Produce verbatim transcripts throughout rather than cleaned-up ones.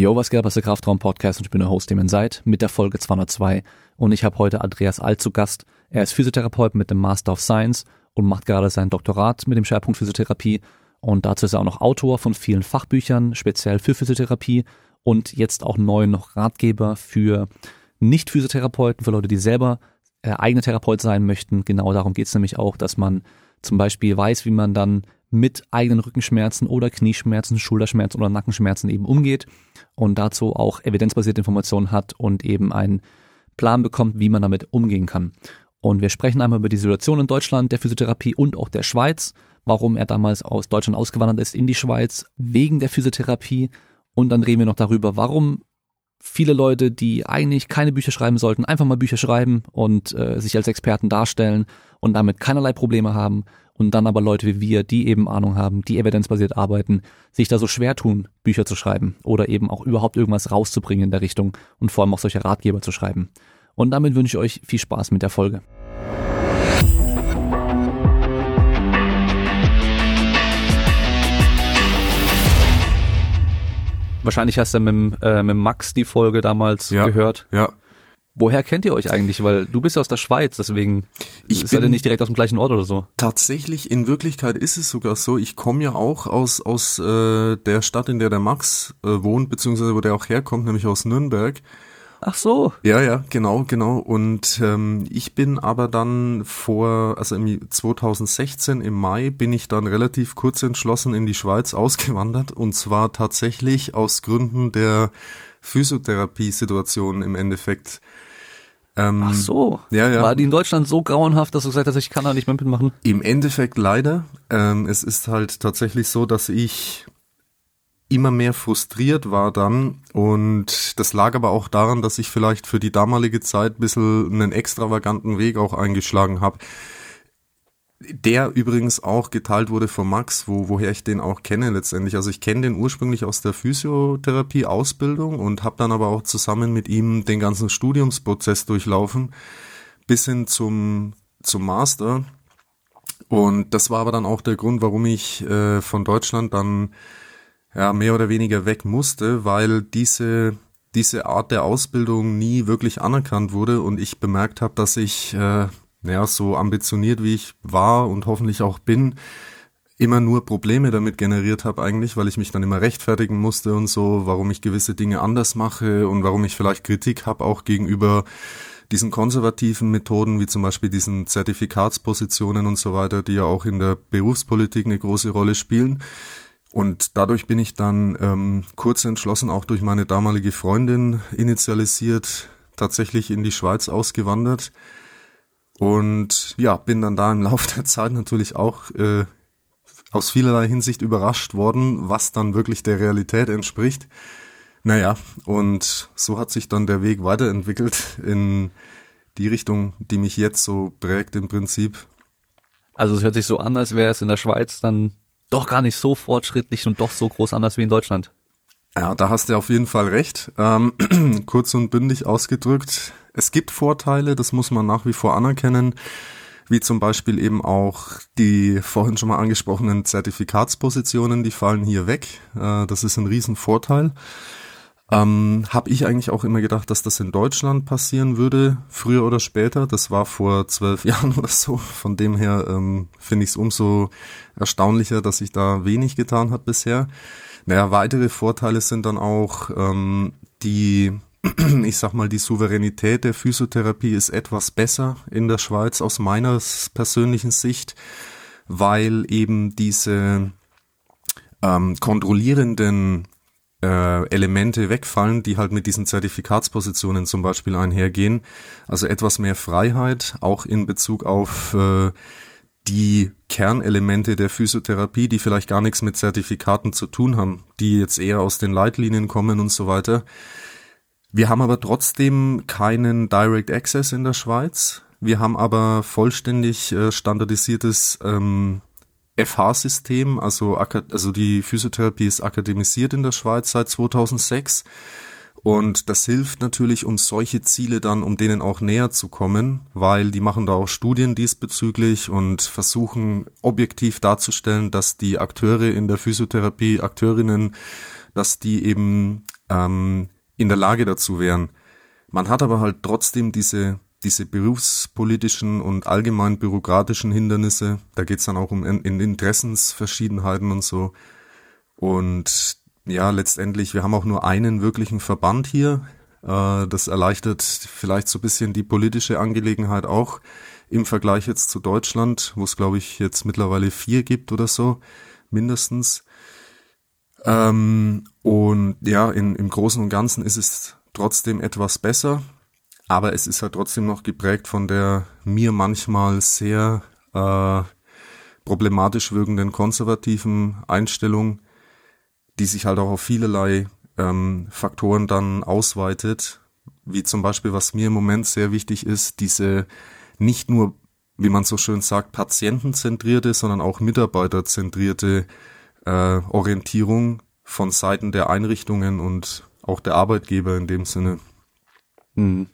Jo, was geht ab, das ist der Kraftraum-Podcast und ich bin der Host, dem ihr seid, mit der Folge zweihundertzwei und ich habe heute Andreas Alt zu Gast. Er ist Physiotherapeut mit dem Master of Science und macht gerade sein Doktorat mit dem Schwerpunkt Physiotherapie und dazu ist er auch noch Autor von vielen Fachbüchern, speziell für Physiotherapie und jetzt auch neu noch Ratgeber für Nicht-Physiotherapeuten, für Leute, die selber äh, eigene Therapeut sein möchten. Genau darum geht es nämlich auch, dass man zum Beispiel weiß, wie man dann mit eigenen Rückenschmerzen oder Knieschmerzen, Schulterschmerzen oder Nackenschmerzen eben umgeht und dazu auch evidenzbasierte Informationen hat und eben einen Plan bekommt, wie man damit umgehen kann. Und wir sprechen einmal über die Situation in Deutschland, der Physiotherapie und auch der Schweiz, warum er damals aus Deutschland ausgewandert ist in die Schweiz, wegen der Physiotherapie, und dann reden wir noch darüber, warum viele Leute, die eigentlich keine Bücher schreiben sollten, einfach mal Bücher schreiben und äh, sich als Experten darstellen und damit keinerlei Probleme haben. Und dann aber Leute wie wir, die eben Ahnung haben, die evidenzbasiert arbeiten, sich da so schwer tun, Bücher zu schreiben oder eben auch überhaupt irgendwas rauszubringen in der Richtung und vor allem auch solche Ratgeber zu schreiben. Und damit wünsche ich euch viel Spaß mit der Folge. Wahrscheinlich hast du mit, äh, mit Max die Folge damals ja, gehört. Ja. Woher kennt ihr euch eigentlich? Weil du bist ja aus der Schweiz, deswegen ich seid ihr nicht direkt aus dem gleichen Ort oder so. Tatsächlich, in Wirklichkeit ist es sogar so, ich komme ja auch aus aus äh, der Stadt, in der der Max äh, wohnt, beziehungsweise wo der auch herkommt, nämlich aus Nürnberg. Ach so. Ja, ja, genau, genau. Und ähm, ich bin aber dann vor, also im zweitausendsechzehn im Mai bin ich dann relativ kurz entschlossen in die Schweiz ausgewandert, und zwar tatsächlich aus Gründen der Physiotherapie-Situation im Endeffekt. Ähm, Ach so. Ja, ja. War die in Deutschland so grauenhaft, dass du gesagt hast, ich kann da nicht mehr mitmachen? Im Endeffekt leider. Ähm, es ist halt tatsächlich so, dass ich immer mehr frustriert war dann, und das lag aber auch daran, dass ich vielleicht für die damalige Zeit ein bisschen einen extravaganten Weg auch eingeschlagen habe, der übrigens auch geteilt wurde von Max, wo, woher ich den auch kenne letztendlich. Also ich kenne den ursprünglich aus der Physiotherapie-Ausbildung und habe dann aber auch zusammen mit ihm den ganzen Studiumsprozess durchlaufen, bis hin zum, zum Master. Und das war aber dann auch der Grund, warum ich äh, von Deutschland dann ja mehr oder weniger weg musste, weil diese diese Art der Ausbildung nie wirklich anerkannt wurde und ich bemerkt habe, dass ich äh, ja so ambitioniert wie ich war und hoffentlich auch bin, immer nur Probleme damit generiert habe eigentlich, weil ich mich dann immer rechtfertigen musste und so, warum ich gewisse Dinge anders mache und warum ich vielleicht Kritik habe auch gegenüber diesen konservativen Methoden, wie zum Beispiel diesen Zertifikatspositionen und so weiter, die ja auch in der Berufspolitik eine große Rolle spielen. Und dadurch bin ich dann ähm, kurz entschlossen, auch durch meine damalige Freundin initialisiert, tatsächlich in die Schweiz ausgewandert. Und ja, bin dann da im Laufe der Zeit natürlich auch äh, aus vielerlei Hinsicht überrascht worden, was dann wirklich der Realität entspricht. Naja, und so hat sich dann der Weg weiterentwickelt in die Richtung, die mich jetzt so prägt im Prinzip. Also es hört sich so an, als wäre es in der Schweiz dann doch gar nicht so fortschrittlich und doch so groß anders wie in Deutschland. Ja, da hast du auf jeden Fall recht. Ähm, kurz und bündig ausgedrückt, es gibt Vorteile, das muss man nach wie vor anerkennen, wie zum Beispiel eben auch die vorhin schon mal angesprochenen Zertifikatspositionen, die fallen hier weg. Äh, das ist ein Riesenvorteil. Ähm, habe ich eigentlich auch immer gedacht, dass das in Deutschland passieren würde, früher oder später. Das war vor zwölf Jahren oder so. Von dem her ähm, finde ich es umso erstaunlicher, dass sich da wenig getan hat bisher. Naja, weitere Vorteile sind dann auch ähm, die, ich sag mal, die Souveränität der Physiotherapie ist etwas besser in der Schweiz aus meiner persönlichen Sicht, weil eben diese ähm, kontrollierenden äh, Elemente wegfallen, die halt mit diesen Zertifikatspositionen zum Beispiel einhergehen. Also etwas mehr Freiheit, auch in Bezug auf äh, die Kernelemente der Physiotherapie, die vielleicht gar nichts mit Zertifikaten zu tun haben, die jetzt eher aus den Leitlinien kommen und so weiter. Wir haben aber trotzdem keinen Direct Access in der Schweiz. Wir haben aber vollständig äh, standardisiertes ähm, F H-System, also, also die Physiotherapie ist akademisiert in der Schweiz seit zweitausendsechs. Und das hilft natürlich, um solche Ziele dann, um denen auch näher zu kommen, weil die machen da auch Studien diesbezüglich und versuchen objektiv darzustellen, dass die Akteure in der Physiotherapie, Akteurinnen, dass die eben ähm, in der Lage dazu wären. Man hat aber halt trotzdem diese diese berufspolitischen und allgemein bürokratischen Hindernisse. Da geht's dann auch um in, in Interessensverschiedenheiten und so. Und ja, letztendlich, wir haben auch nur einen wirklichen Verband hier. Äh, das erleichtert vielleicht so ein bisschen die politische Angelegenheit auch im Vergleich jetzt zu Deutschland, wo es, glaube ich, jetzt mittlerweile vier gibt oder so, mindestens. Ähm, und ja, in, im Großen und Ganzen ist es trotzdem etwas besser. Aber es ist halt trotzdem noch geprägt von der mir manchmal sehr äh, problematisch wirkenden konservativen Einstellung, die sich halt auch auf vielerlei ähm, Faktoren dann ausweitet, wie zum Beispiel, was mir im Moment sehr wichtig ist, diese nicht nur, wie man so schön sagt, patientenzentrierte, sondern auch mitarbeiterzentrierte äh, Orientierung von Seiten der Einrichtungen und auch der Arbeitgeber in dem Sinne. Hm.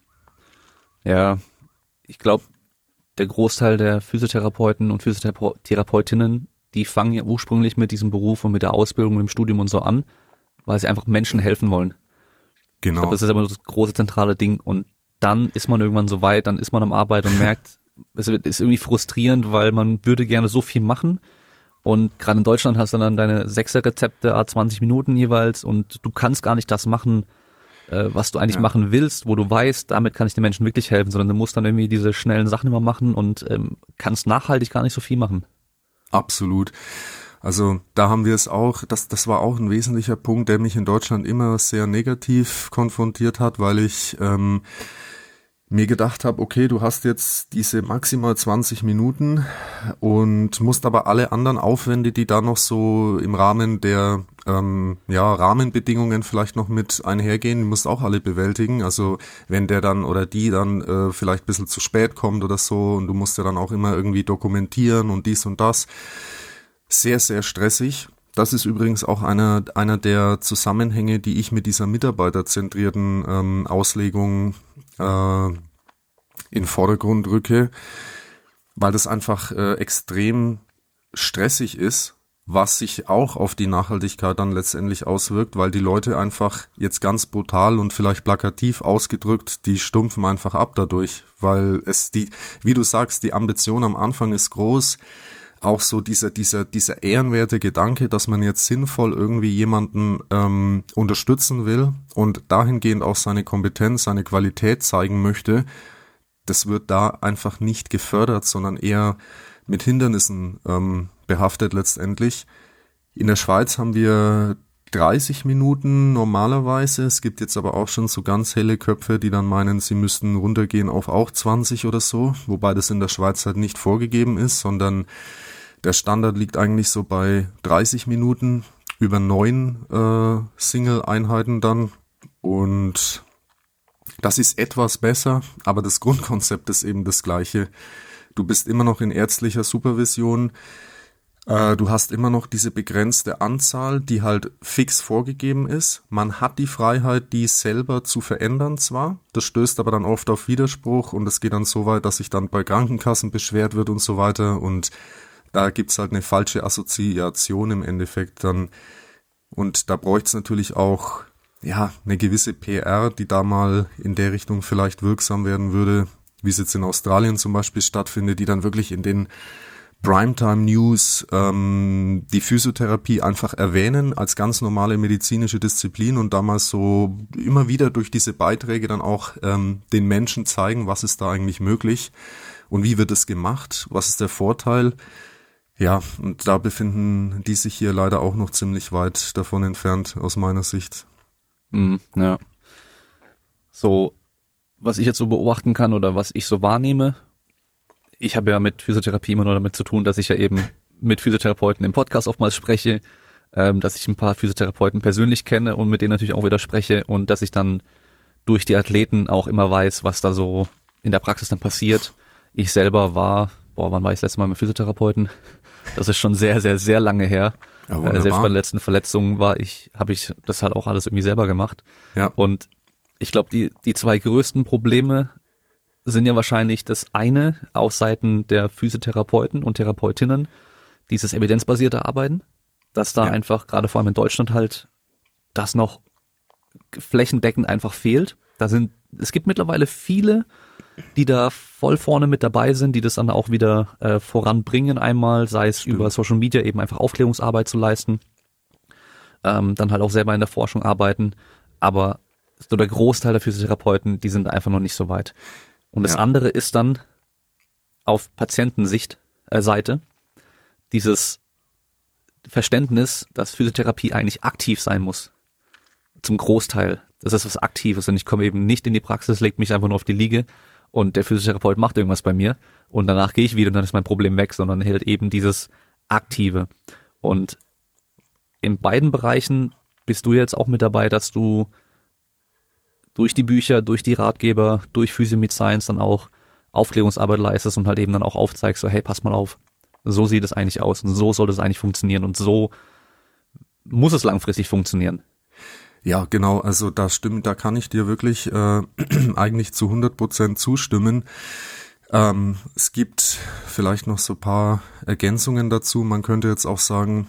Ja, ich glaube, der Großteil der Physiotherapeuten und Physiotherapeutinnen, die fangen ja ursprünglich mit diesem Beruf und mit der Ausbildung, mit dem Studium und so an, weil sie einfach Menschen helfen wollen. Genau. Ich glaube, das ist aber das große zentrale Ding. Und dann ist man irgendwann so weit, dann ist man am Arbeit und merkt, es ist irgendwie frustrierend, weil man würde gerne so viel machen. Und gerade in Deutschland hast du dann deine Sechser-Rezepte, à zwanzig Minuten jeweils, und du kannst gar nicht das machen, was du eigentlich ja. machen willst, wo du weißt, damit kann ich den Menschen wirklich helfen, sondern du musst dann irgendwie diese schnellen Sachen immer machen und ähm, kannst nachhaltig gar nicht so viel machen. Absolut. Also da haben wir es auch, das, das war auch ein wesentlicher Punkt, der mich in Deutschland immer sehr negativ konfrontiert hat, weil ich ähm, mir gedacht habe, okay, du hast jetzt diese maximal zwanzig Minuten und musst aber alle anderen Aufwände, die da noch so im Rahmen der ähm, ja Rahmenbedingungen vielleicht noch mit einhergehen, die musst auch alle bewältigen. Also wenn der dann oder die dann äh, vielleicht ein bisschen zu spät kommt oder so, und du musst ja dann auch immer irgendwie dokumentieren und dies und das. Sehr, sehr stressig. Das ist übrigens auch einer einer der Zusammenhänge, die ich mit dieser mitarbeiterzentrierten ähm, Auslegung äh, in den Vordergrund rücke, weil das einfach äh, extrem stressig ist, was sich auch auf die Nachhaltigkeit dann letztendlich auswirkt, weil die Leute einfach jetzt ganz brutal und vielleicht plakativ ausgedrückt, die stumpfen einfach ab dadurch, weil es die, wie du sagst, die Ambition am Anfang ist groß. Auch so dieser dieser dieser ehrenwerte Gedanke, dass man jetzt sinnvoll irgendwie jemanden ähm, unterstützen will und dahingehend auch seine Kompetenz, seine Qualität zeigen möchte, das wird da einfach nicht gefördert, sondern eher mit Hindernissen ähm, behaftet letztendlich. In der Schweiz haben wir dreißig Minuten normalerweise. Es gibt jetzt aber auch schon so ganz helle Köpfe, die dann meinen, sie müssten runtergehen auf auch zwanzig oder so, wobei das in der Schweiz halt nicht vorgegeben ist, sondern der Standard liegt eigentlich so bei dreißig Minuten über neun äh, Single-Einheiten dann, und das ist etwas besser, aber das Grundkonzept ist eben das gleiche. Du bist immer noch in ärztlicher Supervision, äh, du hast immer noch diese begrenzte Anzahl, die halt fix vorgegeben ist. Man hat die Freiheit, die selber zu verändern zwar, das stößt aber dann oft auf Widerspruch, und es geht dann so weit, dass sich dann bei Krankenkassen beschwert wird und so weiter, und da gibt's halt eine falsche Assoziation im Endeffekt dann. Und da bräucht's natürlich auch ja eine gewisse P R, die da mal in der Richtung vielleicht wirksam werden würde, wie es jetzt in Australien zum Beispiel stattfindet, die dann wirklich in den Primetime-News ähm, die Physiotherapie einfach erwähnen als ganz normale medizinische Disziplin und damals so immer wieder durch diese Beiträge dann auch ähm, den Menschen zeigen, was ist da eigentlich möglich und wie wird es gemacht, was ist der Vorteil. Ja, und da befinden die sich hier leider auch noch ziemlich weit davon entfernt, aus meiner Sicht. Mm, ja. So, was ich jetzt so beobachten kann oder was ich so wahrnehme, ich habe ja mit Physiotherapie immer nur damit zu tun, dass ich ja eben mit Physiotherapeuten im Podcast oftmals spreche, ähm, dass ich ein paar Physiotherapeuten persönlich kenne und mit denen natürlich auch wieder spreche, und dass ich dann durch die Athleten auch immer weiß, was da so in der Praxis dann passiert. Ich selber war, boah, wann war ich das letzte Mal mit Physiotherapeuten? Das ist schon sehr, sehr, sehr lange her. Ja, äh, selbst bei den letzten Verletzungen war ich, habe ich das halt auch alles irgendwie selber gemacht. Ja. Und ich glaube, die die zwei größten Probleme sind ja wahrscheinlich das eine auf Seiten der Physiotherapeuten und Therapeutinnen, dieses evidenzbasierte Arbeiten, dass da ja. einfach gerade vor allem in Deutschland halt das noch flächendeckend einfach fehlt. Da sind, es gibt mittlerweile viele, die da voll vorne mit dabei sind, die das dann auch wieder äh, voranbringen einmal, sei es Stimmt. über Social Media eben einfach Aufklärungsarbeit zu leisten, ähm, dann halt auch selber in der Forschung arbeiten, aber so der Großteil der Physiotherapeuten, die sind einfach noch nicht so weit. Und das ja. andere ist dann auf Patientensicht, äh, Seite, dieses Verständnis, dass Physiotherapie eigentlich aktiv sein muss. Zum Großteil. Das ist was Aktives und ich komme eben nicht in die Praxis, lege mich einfach nur auf die Liege und der Physiotherapeut macht irgendwas bei mir und danach gehe ich wieder und dann ist mein Problem weg, sondern hält eben dieses Aktive. Und in beiden Bereichen bist du jetzt auch mit dabei, dass du durch die Bücher, durch die Ratgeber, durch Physio Meets Science dann auch Aufklärungsarbeit leistest und halt eben dann auch aufzeigst, so hey, pass mal auf, so sieht es eigentlich aus und so soll es eigentlich funktionieren und so muss es langfristig funktionieren. Ja, genau, also da stimmt, da kann ich dir wirklich äh, eigentlich zu hundert Prozent zustimmen. Ähm, es gibt vielleicht noch so ein paar Ergänzungen dazu. Man könnte jetzt auch sagen,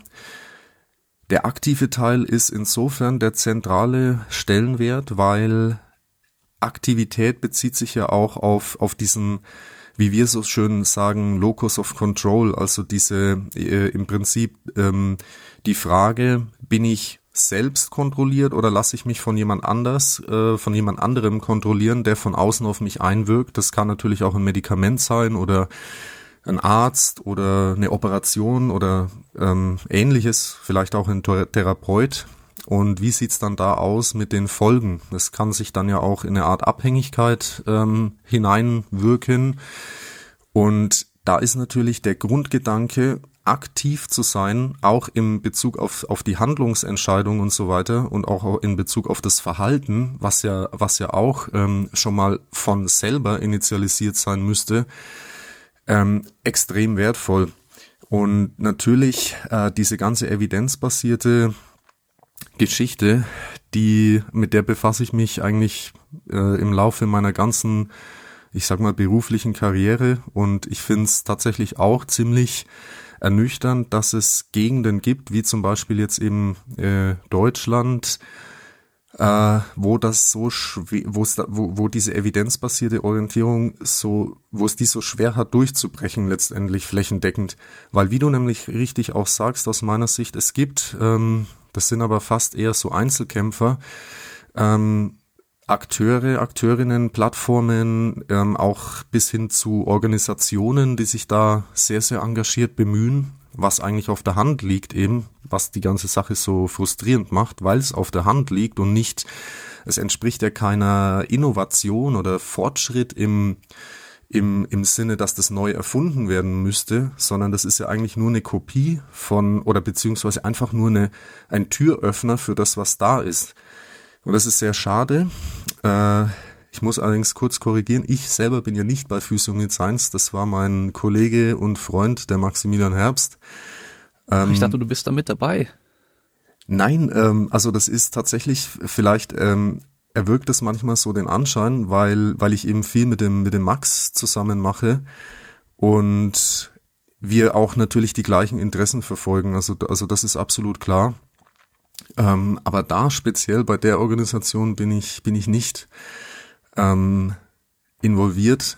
der aktive Teil ist insofern der zentrale Stellenwert, weil Aktivität bezieht sich ja auch auf auf diesen, wie wir so schön sagen, Locus of Control, also diese äh, im Prinzip ähm, die Frage, bin ich selbst kontrolliert oder lasse ich mich von jemand anders, äh, von jemand anderem kontrollieren, der von außen auf mich einwirkt. Das kann natürlich auch ein Medikament sein oder ein Arzt oder eine Operation oder ähm, Ähnliches, vielleicht auch ein Therapeut. Und wie sieht's dann da aus mit den Folgen? Das kann sich dann ja auch in eine Art Abhängigkeit ähm, hineinwirken. Und da ist natürlich der Grundgedanke, aktiv zu sein, auch in Bezug auf auf die Handlungsentscheidung und so weiter und auch in Bezug auf das Verhalten, was ja was ja auch ähm, schon mal von selber initialisiert sein müsste, ähm, extrem wertvoll. Und natürlich äh, diese ganze evidenzbasierte Geschichte, die mit der befasse ich mich eigentlich äh, im Laufe meiner ganzen, ich sag mal, beruflichen Karriere und ich finde es tatsächlich auch ziemlich ernüchternd, dass es Gegenden gibt, wie zum Beispiel jetzt eben äh, Deutschland, äh, wo das so schwer, wo es da, wo, wo diese evidenzbasierte Orientierung so, wo es die so schwer hat durchzubrechen letztendlich flächendeckend, weil wie du nämlich richtig auch sagst, aus meiner Sicht, es gibt, ähm, das sind aber fast eher so Einzelkämpfer, ähm, Akteure, Akteurinnen, Plattformen, ähm, auch bis hin zu Organisationen, die sich da sehr, sehr engagiert bemühen, was eigentlich auf der Hand liegt eben, was die ganze Sache so frustrierend macht, weil es auf der Hand liegt und nicht, es entspricht ja keiner Innovation oder Fortschritt im, im, im Sinne, dass das neu erfunden werden müsste, sondern das ist ja eigentlich nur eine Kopie von, oder beziehungsweise einfach nur eine, ein Türöffner für das, was da ist. Und das ist sehr schade. Äh, ich muss allerdings kurz korrigieren. Ich selber bin ja nicht bei Physio Meets Science. Das war mein Kollege und Freund, der Maximilian Herbst. Ähm, ich dachte, du bist da mit dabei. Nein, ähm, also das ist tatsächlich, vielleicht ähm, erwirkt es manchmal so den Anschein, weil weil ich eben viel mit dem mit dem Max zusammen mache und wir auch natürlich die gleichen Interessen verfolgen. Also also das ist absolut klar. Ähm, aber da speziell bei der Organisation bin ich bin ich nicht ähm, involviert.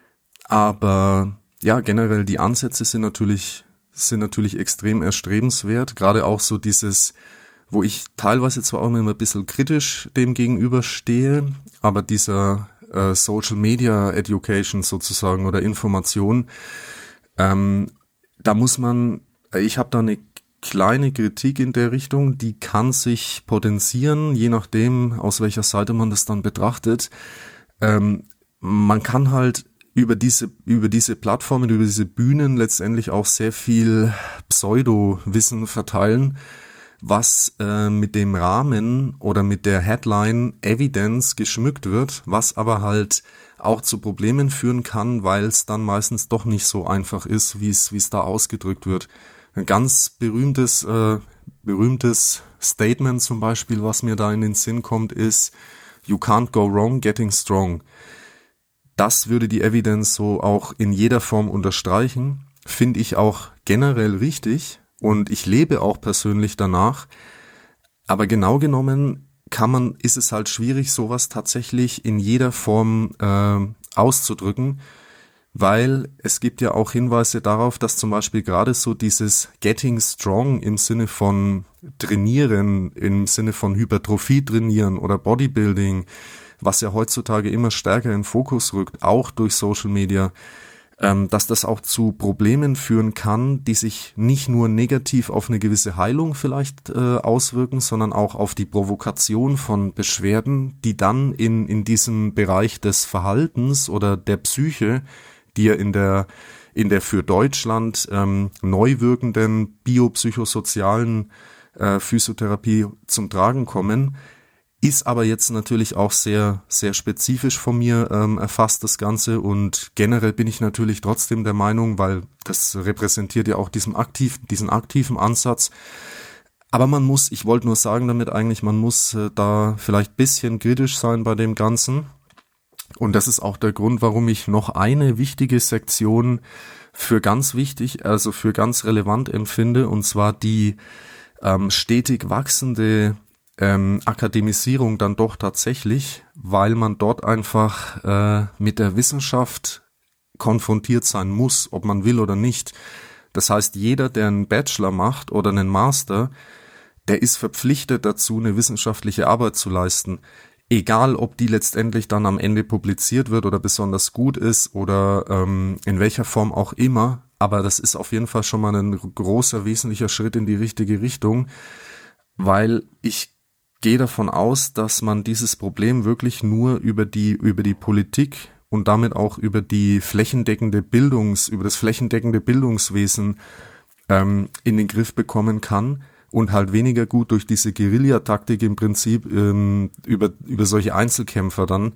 Aber ja, generell die Ansätze sind natürlich sind natürlich extrem erstrebenswert. Gerade auch so dieses, wo ich teilweise zwar auch immer ein bisschen kritisch dem gegenüberstehe, aber dieser äh, Social Media Education sozusagen oder Information, ähm, da muss man, ich habe da eine kleine Kritik in der Richtung, die kann sich potenzieren, je nachdem, aus welcher Seite man das dann betrachtet. Ähm, man kann halt über diese über diese Plattformen, über diese Bühnen letztendlich auch sehr viel Pseudo-Wissen verteilen, was äh, mit dem Rahmen oder mit der Headline Evidence geschmückt wird, was aber halt auch zu Problemen führen kann, weil es dann meistens doch nicht so einfach ist, wie es wie es da ausgedrückt wird. Ein ganz berühmtes, äh, berühmtes Statement zum Beispiel, was mir da in den Sinn kommt, ist "You can't go wrong getting strong". Das würde die Evidence so auch in jeder Form unterstreichen, finde ich auch generell richtig und ich lebe auch persönlich danach. Aber genau genommen kann man, ist es halt schwierig, sowas tatsächlich in jeder Form äh, auszudrücken, weil es gibt ja auch Hinweise darauf, dass zum Beispiel gerade so dieses Getting Strong im Sinne von Trainieren, im Sinne von Hypertrophie trainieren oder Bodybuilding, was ja heutzutage immer stärker in den Fokus rückt, auch durch Social Media, ähm, dass das auch zu Problemen führen kann, die sich nicht nur negativ auf eine gewisse Heilung vielleicht äh, auswirken, sondern auch auf die Provokation von Beschwerden, die dann in in diesem Bereich des Verhaltens oder der Psyche, die ja in der in der für Deutschland ähm, neu wirkenden biopsychosozialen äh, Physiotherapie zum Tragen kommen, ist aber jetzt natürlich auch sehr sehr spezifisch von mir ähm, erfasst, das Ganze, und generell bin ich natürlich trotzdem der Meinung, weil das repräsentiert ja auch diesen aktiven, diesen aktiven Ansatz, aber man muss, ich wollte nur sagen damit eigentlich, man muss äh, da vielleicht bisschen kritisch sein bei dem Ganzen. Und das ist auch der Grund, warum ich noch eine wichtige Sektion für ganz wichtig, also für ganz relevant empfinde, und zwar die ähm, stetig wachsende ähm, Akademisierung dann doch tatsächlich, weil man dort einfach äh, mit der Wissenschaft konfrontiert sein muss, ob man will oder nicht. Das heißt, jeder, der einen Bachelor macht oder einen Master, der ist verpflichtet dazu, eine wissenschaftliche Arbeit zu leisten. Egal, ob die letztendlich dann am Ende publiziert wird oder besonders gut ist oder ähm, in welcher Form auch immer, aber das ist auf jeden Fall schon mal ein großer, wesentlicher Schritt in die richtige Richtung, weil ich gehe davon aus, dass man dieses Problem wirklich nur über die über die Politik und damit auch über die flächendeckende Bildungs, über das flächendeckende Bildungswesen ähm, in den Griff bekommen kann. Und halt weniger gut durch diese Guerillataktik im Prinzip ähm, über über solche Einzelkämpfer dann.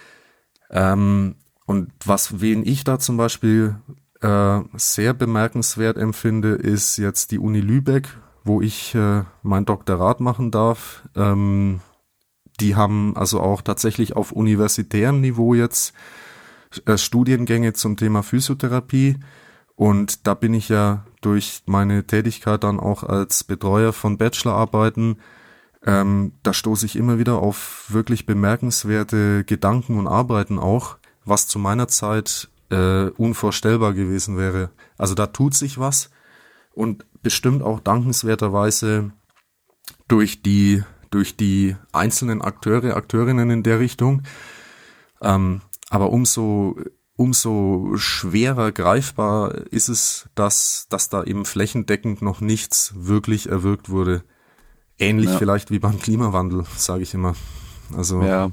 Ähm, und was wen ich da zum Beispiel äh, sehr bemerkenswert empfinde, ist jetzt die Uni Lübeck, wo ich äh, mein Doktorat machen darf. Ähm, die haben also auch tatsächlich auf universitärem Niveau jetzt äh, Studiengänge zum Thema Physiotherapie. Und da bin ich ja durch meine Tätigkeit dann auch als Betreuer von Bachelorarbeiten, ähm, da stoße ich immer wieder auf wirklich bemerkenswerte Gedanken und Arbeiten auch, was zu meiner Zeit äh, unvorstellbar gewesen wäre. Also da tut sich was und bestimmt auch dankenswerterweise durch die durch die einzelnen Akteure, Akteurinnen in der Richtung. Ähm, aber umso Umso schwerer greifbar ist es, dass, dass da eben flächendeckend noch nichts wirklich erwirkt wurde. Ähnlich ja. vielleicht wie beim Klimawandel, sage ich immer. Also ja,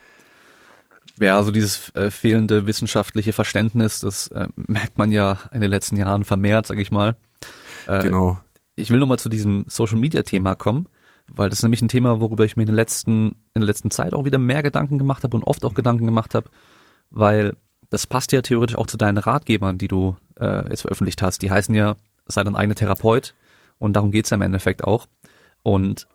ja, also dieses äh, fehlende wissenschaftliche Verständnis, das äh, merkt man ja in den letzten Jahren vermehrt, sage ich mal. Äh, genau. Ich will nochmal zu diesem Social-Media-Thema kommen, weil das ist nämlich ein Thema, worüber ich mir in der letzten, in der letzten Zeit auch wieder mehr Gedanken gemacht habe und oft auch Gedanken gemacht habe, weil das passt ja theoretisch auch zu deinen Ratgebern, die du äh, jetzt veröffentlicht hast. Die heißen ja, sei dein eigener Therapeut, und darum geht's ja im Endeffekt auch. Und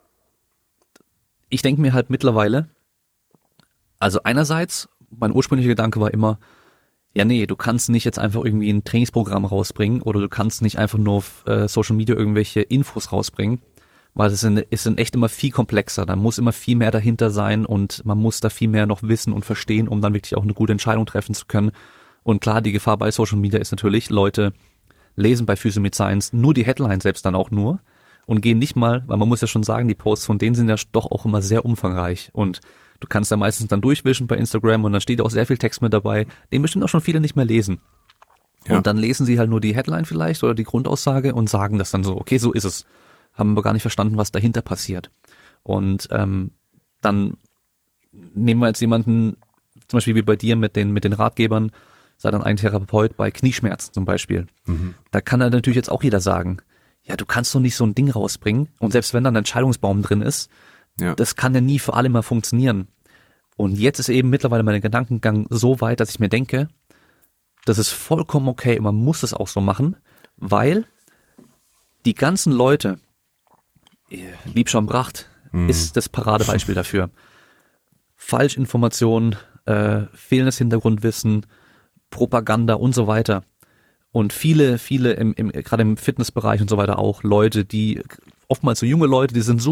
ich denke mir halt mittlerweile, also einerseits, mein ursprünglicher Gedanke war immer, ja nee, du kannst nicht jetzt einfach irgendwie ein Trainingsprogramm rausbringen oder du kannst nicht einfach nur auf äh, Social Media irgendwelche Infos rausbringen, weil es sind, es sind echt immer viel komplexer, da muss immer viel mehr dahinter sein und man muss da viel mehr noch wissen und verstehen, um dann wirklich auch eine gute Entscheidung treffen zu können. Und klar, die Gefahr bei Social Media ist natürlich, Leute lesen bei Physio mit Science nur die Headline selbst dann auch nur und gehen nicht mal, weil man muss ja schon sagen, die Posts von denen sind ja doch auch immer sehr umfangreich und du kannst da meistens dann durchwischen bei Instagram und dann steht auch sehr viel Text mit dabei, den bestimmt auch schon viele nicht mehr lesen. Ja. Und dann lesen sie halt nur die Headline vielleicht oder die Grundaussage und sagen das dann so, okay, so ist es. Haben aber gar nicht verstanden, was dahinter passiert. Und ähm, dann nehmen wir jetzt jemanden, zum Beispiel wie bei dir mit den mit den Ratgebern, sei dann ein Therapeut bei Knieschmerzen zum Beispiel. Mhm. Da kann dann natürlich jetzt auch jeder sagen, ja, du kannst doch nicht so ein Ding rausbringen. Und selbst wenn dann ein Entscheidungsbaum drin ist, ja. das kann ja nie für alle mal funktionieren. Und jetzt ist eben mittlerweile mein Gedankengang so weit, dass ich mir denke, das ist vollkommen okay und man muss es auch so machen, weil die ganzen Leute, Liebscher Bracht mhm. ist das Paradebeispiel dafür. Falschinformationen, äh, fehlendes Hintergrundwissen, Propaganda und so weiter. Und viele, viele im, im gerade im Fitnessbereich und so weiter auch Leute, die oftmals so junge Leute, die sind so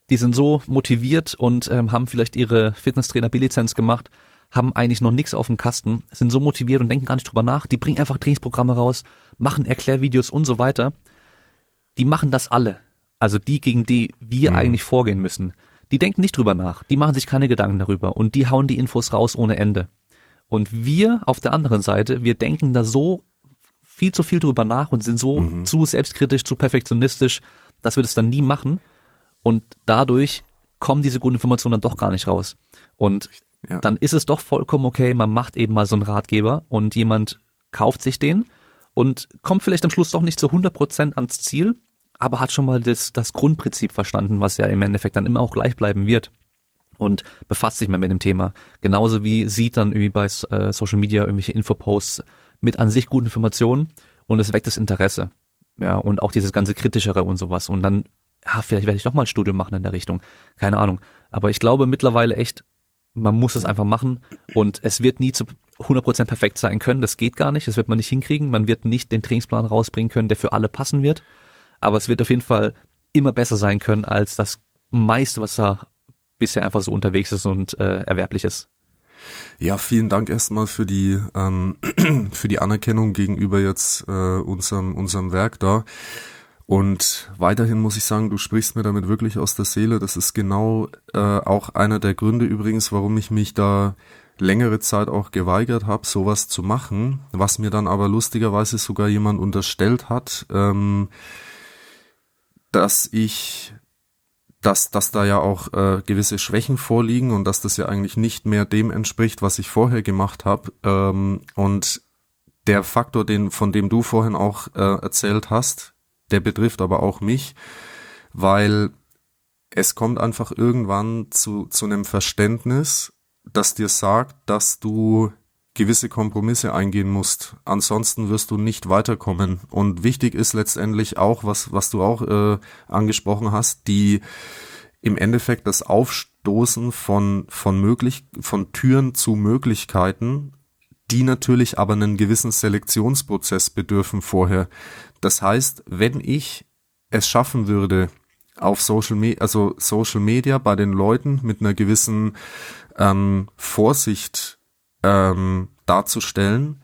die sind so motiviert und ähm, haben vielleicht ihre Fitnesstrainer B-Lizenz gemacht, haben eigentlich noch nichts auf dem Kasten, sind so motiviert und denken gar nicht drüber nach. Die bringen einfach Trainingsprogramme raus, machen Erklärvideos und so weiter. Die machen das alle. Also die, gegen die wir mhm. eigentlich vorgehen müssen. Die denken nicht drüber nach. Die machen sich keine Gedanken darüber. Und die hauen die Infos raus ohne Ende. Und wir auf der anderen Seite, wir denken da so viel zu viel drüber nach und sind so mhm. zu selbstkritisch, zu perfektionistisch, dass wir das dann nie machen. Und dadurch kommen diese guten Informationen dann doch gar nicht raus. Und ja. dann ist es doch vollkommen okay, man macht eben mal so einen Ratgeber und jemand kauft sich den und kommt vielleicht am Schluss doch nicht zu hundert Prozent ans Ziel, aber hat schon mal das, das Grundprinzip verstanden, was ja im Endeffekt dann immer auch gleich bleiben wird und befasst sich mal mit dem Thema. Genauso wie sieht dann irgendwie bei äh, Social Media irgendwelche Infoposts mit an sich guten Informationen und es weckt das Interesse. Ja, und auch dieses ganze Kritischere und sowas. Und dann, ja, vielleicht werde ich doch mal ein Studium machen in der Richtung. Keine Ahnung. Aber ich glaube mittlerweile echt, man muss es einfach machen und es wird nie zu hundert Prozent perfekt sein können. Das geht gar nicht. Das wird man nicht hinkriegen. Man wird nicht den Trainingsplan rausbringen können, der für alle passen wird. Aber es wird auf jeden Fall immer besser sein können als das meiste, was da bisher einfach so unterwegs ist und äh, erwerblich ist. Ja, vielen Dank erstmal für die ähm, für die Anerkennung gegenüber jetzt äh, unserem unserem Werk da. Und weiterhin muss ich sagen, du sprichst mir damit wirklich aus der Seele. Das ist genau äh, auch einer der Gründe übrigens, warum ich mich da längere Zeit auch geweigert habe, sowas zu machen, was mir dann aber lustigerweise sogar jemand unterstellt hat, ähm, dass ich, dass, dass da ja auch äh, gewisse Schwächen vorliegen und dass das ja eigentlich nicht mehr dem entspricht, was ich vorher gemacht habe. Ähm, und der Faktor, den von dem du vorhin auch äh, erzählt hast, der betrifft aber auch mich, weil es kommt einfach irgendwann zu, zu einem Verständnis, das dir sagt, dass du gewisse Kompromisse eingehen musst. Ansonsten wirst du nicht weiterkommen. Und wichtig ist letztendlich auch, was, was du auch äh, angesprochen hast, die im Endeffekt das Aufstoßen von, von möglich, von Türen zu Möglichkeiten, die natürlich aber einen gewissen Selektionsprozess bedürfen vorher. Das heißt, wenn ich es schaffen würde, auf Social Media, also Social Media bei den Leuten mit einer gewissen ähm, Vorsicht ähm, darzustellen,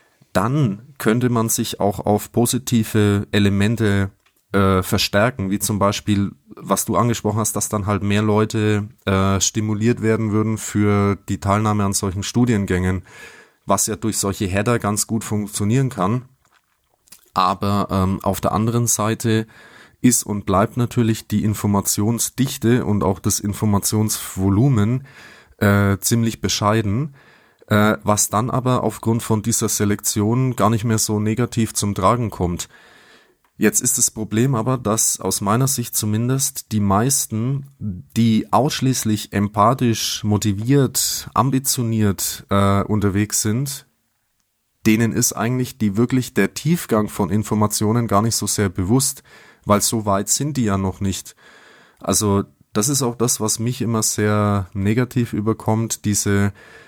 dann könnte man sich auch auf positive Elemente äh, verstärken, wie zum Beispiel, was du angesprochen hast, dass dann halt mehr Leute äh, stimuliert werden würden für die Teilnahme an solchen Studiengängen, was ja durch solche Header ganz gut funktionieren kann. Aber ähm, auf der anderen Seite ist und bleibt natürlich die Informationsdichte und auch das Informationsvolumen äh, ziemlich bescheiden, äh, was dann aber aufgrund von dieser Selektion gar nicht mehr so negativ zum Tragen kommt. Jetzt ist das Problem aber, dass aus meiner Sicht zumindest die meisten, die ausschließlich empathisch, motiviert, ambitioniert äh, unterwegs sind, denen ist eigentlich die wirklich der Tiefgang von Informationen gar nicht so sehr bewusst, weil so weit sind die ja noch nicht. Also das ist auch das, was mich immer sehr negativ überkommt, diese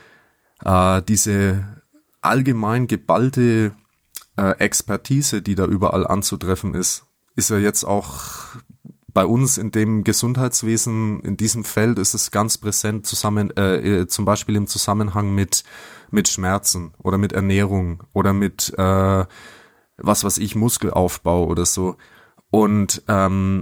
äh, diese allgemein geballte äh, Expertise, die da überall anzutreffen ist, ist ja jetzt auch bei uns in dem Gesundheitswesen, in diesem Feld ist es ganz präsent, zusammen äh, zum Beispiel im Zusammenhang mit mit Schmerzen oder mit Ernährung oder mit äh, was weiß ich, Muskelaufbau oder so. Und ähm,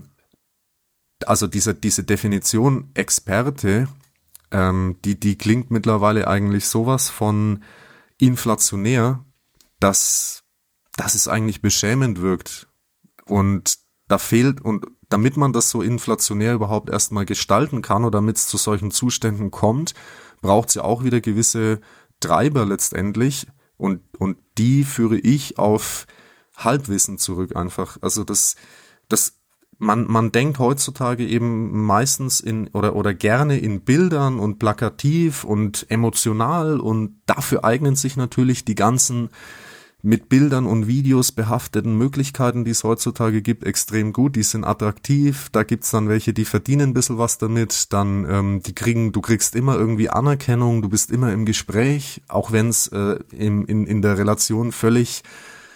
also diese diese Definition Experte, ähm, die die klingt mittlerweile eigentlich sowas von inflationär, dass dass es eigentlich beschämend wirkt. Und da fehlt, und damit man das so inflationär überhaupt erstmal gestalten kann oder damit es zu solchen Zuständen kommt, braucht es ja auch wieder gewisse Treiber letztendlich, und und die führe ich auf Halbwissen zurück einfach. Also das das man man denkt heutzutage eben meistens in oder oder gerne in Bildern und plakativ und emotional, und dafür eignen sich natürlich die ganzen mit Bildern und Videos behafteten Möglichkeiten, die es heutzutage gibt, extrem gut. Die sind attraktiv. Da gibt's dann welche, die verdienen ein bisschen was damit. Dann ähm, die kriegen, du kriegst immer irgendwie Anerkennung. Du bist immer im Gespräch, auch wenn es äh, in, in in der Relation völlig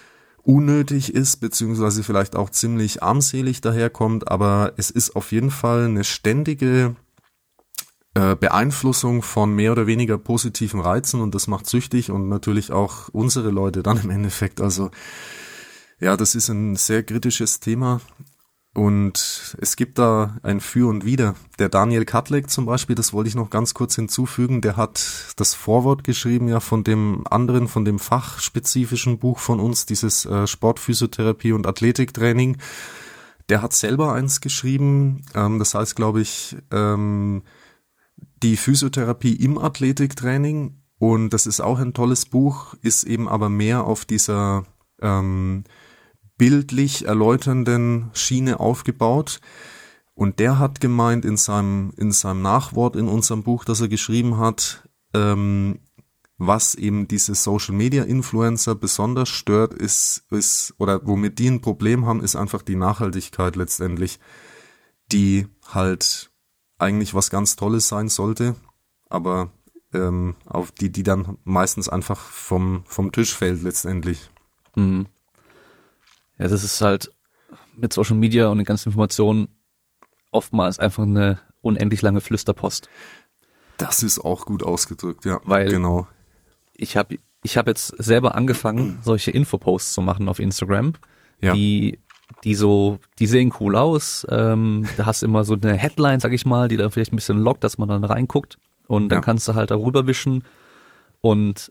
unnötig ist, beziehungsweise vielleicht auch ziemlich armselig daherkommt, aber es ist auf jeden Fall eine ständige äh, Beeinflussung von mehr oder weniger positiven Reizen und das macht süchtig und natürlich auch unsere Leute dann im Endeffekt. Also ja, das ist ein sehr kritisches Thema. Und es gibt da ein Für und Wider. Der Daniel Kadlec zum Beispiel, das wollte ich noch ganz kurz hinzufügen, der hat das Vorwort geschrieben ja von dem anderen, von dem fachspezifischen Buch von uns, dieses äh, Sportphysiotherapie und Athletiktraining. Der hat selber eins geschrieben, ähm, das heißt, glaube ich, ähm, die Physiotherapie im Athletiktraining. Und das ist auch ein tolles Buch, ist eben aber mehr auf dieser ähm, bildlich erläuternden Schiene aufgebaut und der hat gemeint in seinem in seinem Nachwort in unserem Buch, das er geschrieben hat, ähm, was eben diese Social Media Influencer besonders stört, ist ist oder womit die ein Problem haben, ist einfach die Nachhaltigkeit letztendlich, die halt eigentlich was ganz Tolles sein sollte, aber ähm, auf die die dann meistens einfach vom vom Tisch fällt letztendlich. Mhm. Ja, das ist halt mit Social Media und den ganzen Informationen oftmals einfach eine unendlich lange Flüsterpost. Das ist auch gut ausgedrückt, ja. Weil genau. ich habe ich hab jetzt selber angefangen, solche Infoposts zu machen auf Instagram, ja. die die so, die sehen cool aus. Ähm, da hast du immer so eine Headline, sag ich mal, die da vielleicht ein bisschen lockt, dass man dann reinguckt und dann ja. kannst du halt darüber wischen und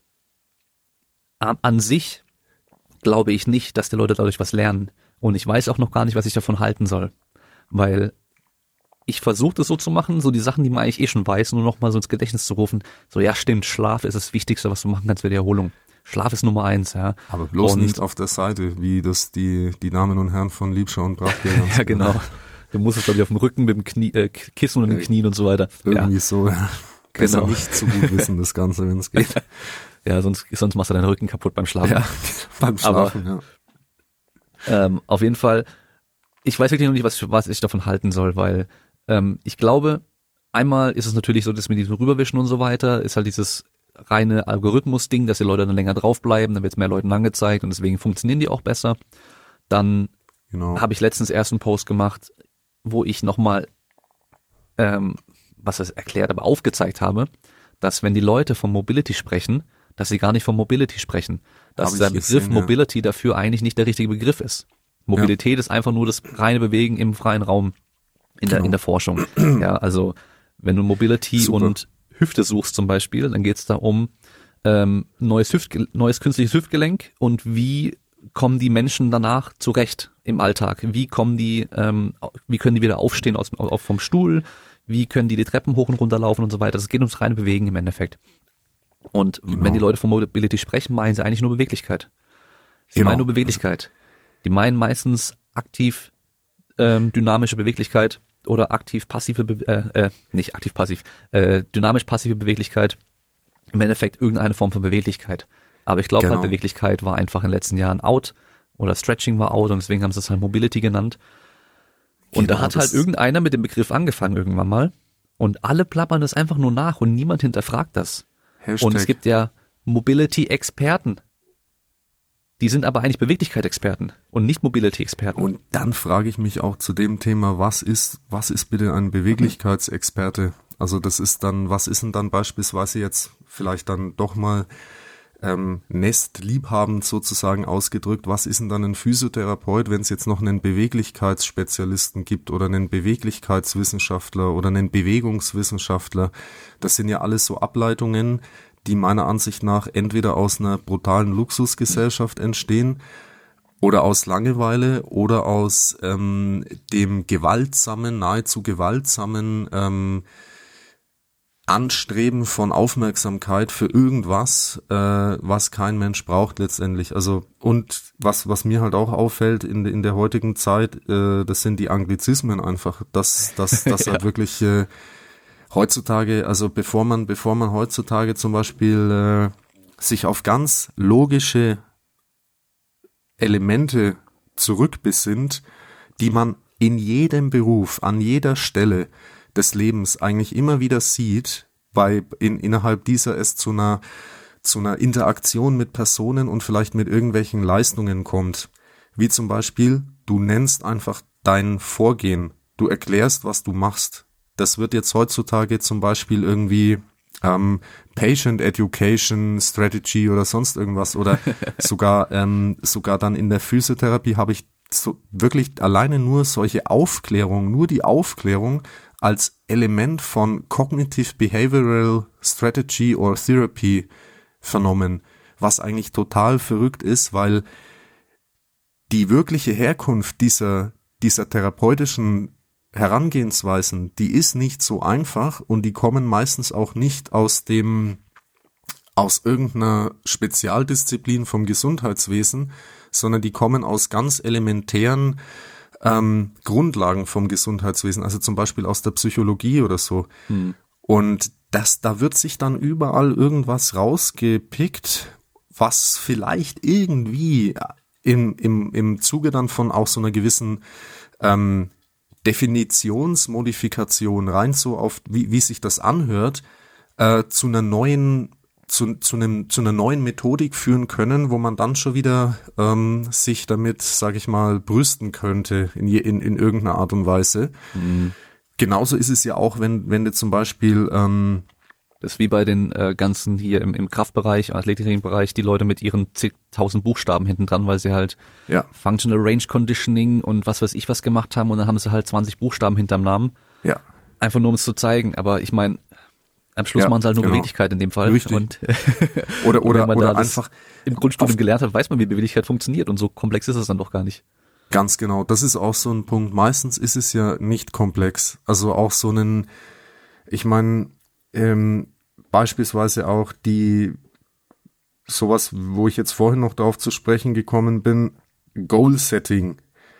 an, an sich glaube ich nicht, dass die Leute dadurch was lernen. Und ich weiß auch noch gar nicht, was ich davon halten soll. Weil ich versuche das so zu machen, so die Sachen, die man eigentlich eh schon weiß, nur noch mal so ins Gedächtnis zu rufen. So, ja stimmt, Schlaf ist das Wichtigste, was du machen kannst für die Erholung. Schlaf ist Nummer eins, ja. Aber bloß und nicht auf der Seite, wie das die die Damen und Herren von Liebscher und Brachgeld. Ja, genau. Du musst es, glaube ich, auf dem Rücken mit dem Knie, äh, Kissen und den Knien und so weiter. Irgendwie ja. so. Besser genau. Nicht so gut wissen, das Ganze, wenn es geht. Ja, sonst, sonst machst du deinen Rücken kaputt beim Schlafen. Ja, beim Schlafen, Aber, ja. Ähm, auf jeden Fall, ich weiß wirklich noch nicht, was, was ich davon halten soll, weil ähm, ich glaube, einmal ist es natürlich so, dass mit diesem Rüberwischen und so weiter, ist halt dieses reine Algorithmus-Ding, dass die Leute dann länger draufbleiben, dann wird es mehr Leuten angezeigt und deswegen funktionieren die auch besser. Dann genau. habe ich letztens erst einen Post gemacht, wo ich nochmal, ähm, was das erklärt, aber aufgezeigt habe, dass wenn die Leute von Mobility sprechen, dass sie gar nicht von Mobility sprechen. Dass der Begriff gesehen, Mobility ja. dafür eigentlich nicht der richtige Begriff ist. Mobilität ja. ist einfach nur das reine Bewegen im freien Raum in der, genau. in der Forschung. Ja, also wenn du Mobility Super. und Hüfte suchst zum Beispiel, dann geht es da um ähm, neues, Hüftge- neues künstliches Hüftgelenk und wie kommen die Menschen danach zurecht im Alltag? Wie kommen die, ähm, wie können die wieder aufstehen aus, auf, vom Stuhl? Wie können die die Treppen hoch und runter laufen und so weiter? Das geht ums reine Bewegen im Endeffekt. Und genau. wenn die Leute von Mobility sprechen, meinen sie eigentlich nur Beweglichkeit. Sie genau. meinen nur Beweglichkeit. Die meinen meistens aktiv ähm, dynamische Beweglichkeit oder aktiv-passive, Be- äh, äh, nicht aktiv-passiv, äh, dynamisch-passive Beweglichkeit. Im Endeffekt irgendeine Form von Beweglichkeit. Aber ich glaube genau. halt, Beweglichkeit war einfach in den letzten Jahren out oder Stretching war out und deswegen haben sie es halt Mobility genannt. Und genau, da hat halt irgendeiner mit dem Begriff angefangen irgendwann mal und alle plappern das einfach nur nach und niemand hinterfragt das. Hashtag. Und es gibt ja Mobility-Experten. Die sind aber eigentlich Beweglichkeit-Experten und nicht Mobility-Experten. Und dann frage ich mich auch zu dem Thema, was ist, was ist bitte ein Beweglichkeitsexperte? Also das ist dann, was ist denn dann beispielsweise jetzt vielleicht dann doch mal ähm, nestliebhabend sozusagen ausgedrückt, was ist denn dann ein Physiotherapeut, wenn es jetzt noch einen Beweglichkeitsspezialisten gibt oder einen Beweglichkeitswissenschaftler oder einen Bewegungswissenschaftler? Das sind ja alles so Ableitungen, die meiner Ansicht nach entweder aus einer brutalen Luxusgesellschaft entstehen oder aus Langeweile oder aus ähm, dem gewaltsamen, nahezu gewaltsamen ähm, Anstreben von Aufmerksamkeit für irgendwas, äh, was kein Mensch braucht letztendlich. Also und was was mir halt auch auffällt in in der heutigen Zeit, äh, das sind die Anglizismen einfach, dass dass das ja. halt wirklich äh, heutzutage, also bevor man bevor man heutzutage zum Beispiel äh, sich auf ganz logische Elemente zurückbesinnt, die man in jedem Beruf, an jeder Stelle des Lebens eigentlich immer wieder sieht, bei in, innerhalb dieser es zu einer zu einer Interaktion mit Personen und vielleicht mit irgendwelchen Leistungen kommt. Wie zum Beispiel, du nennst einfach dein Vorgehen. Du erklärst, was du machst. Das wird jetzt heutzutage zum Beispiel irgendwie ähm, Patient Education Strategy oder sonst irgendwas oder sogar ähm, sogar dann in der Physiotherapie habe ich so wirklich alleine nur solche Aufklärung, nur die Aufklärung als Element von Cognitive Behavioral Strategy or Therapy vernommen, was eigentlich total verrückt ist, weil die wirkliche Herkunft dieser dieser therapeutischen Herangehensweisen, die ist nicht so einfach und die kommen meistens auch nicht aus dem, aus irgendeiner Spezialdisziplin vom Gesundheitswesen, sondern die kommen aus ganz elementären ähm, Grundlagen vom Gesundheitswesen, also zum Beispiel aus der Psychologie oder so. Hm. Und das, da wird sich dann überall irgendwas rausgepickt, was vielleicht irgendwie im, im, im Zuge dann von auch so einer gewissen ähm, Definitionsmodifikation rein so auf, wie, wie sich das anhört, äh, zu einer neuen, zu, zu einem, zu einer neuen Methodik führen können, wo man dann schon wieder ähm, sich damit, sage ich mal, brüsten könnte in, je, in, in irgendeiner Art und Weise. Mhm. Genauso ist es ja auch, wenn, wenn du zum Beispiel ähm, das ist wie bei den äh, ganzen hier im, im Kraftbereich, Athletikbereich, die Leute mit ihren zigtausend Buchstaben hinten dran, weil sie halt ja. Functional Range Conditioning und was weiß ich was gemacht haben und dann haben sie halt zwanzig Buchstaben hinterm Namen. Ja. Einfach nur um es zu zeigen, aber ich meine, am Schluss ja, machen sie halt nur genau. Beweglichkeit in dem Fall. Richtig. Und oder oder, und wenn man oder da einfach im Grundstudium gelernt hat, weiß man, wie Beweglichkeit funktioniert und so komplex ist es dann doch gar nicht. Ganz genau, das ist auch so ein Punkt. Meistens ist es ja nicht komplex. Also auch so einen, ich meine, ähm, beispielsweise auch die, sowas, wo ich jetzt vorhin noch darauf zu sprechen gekommen bin, Goal Setting.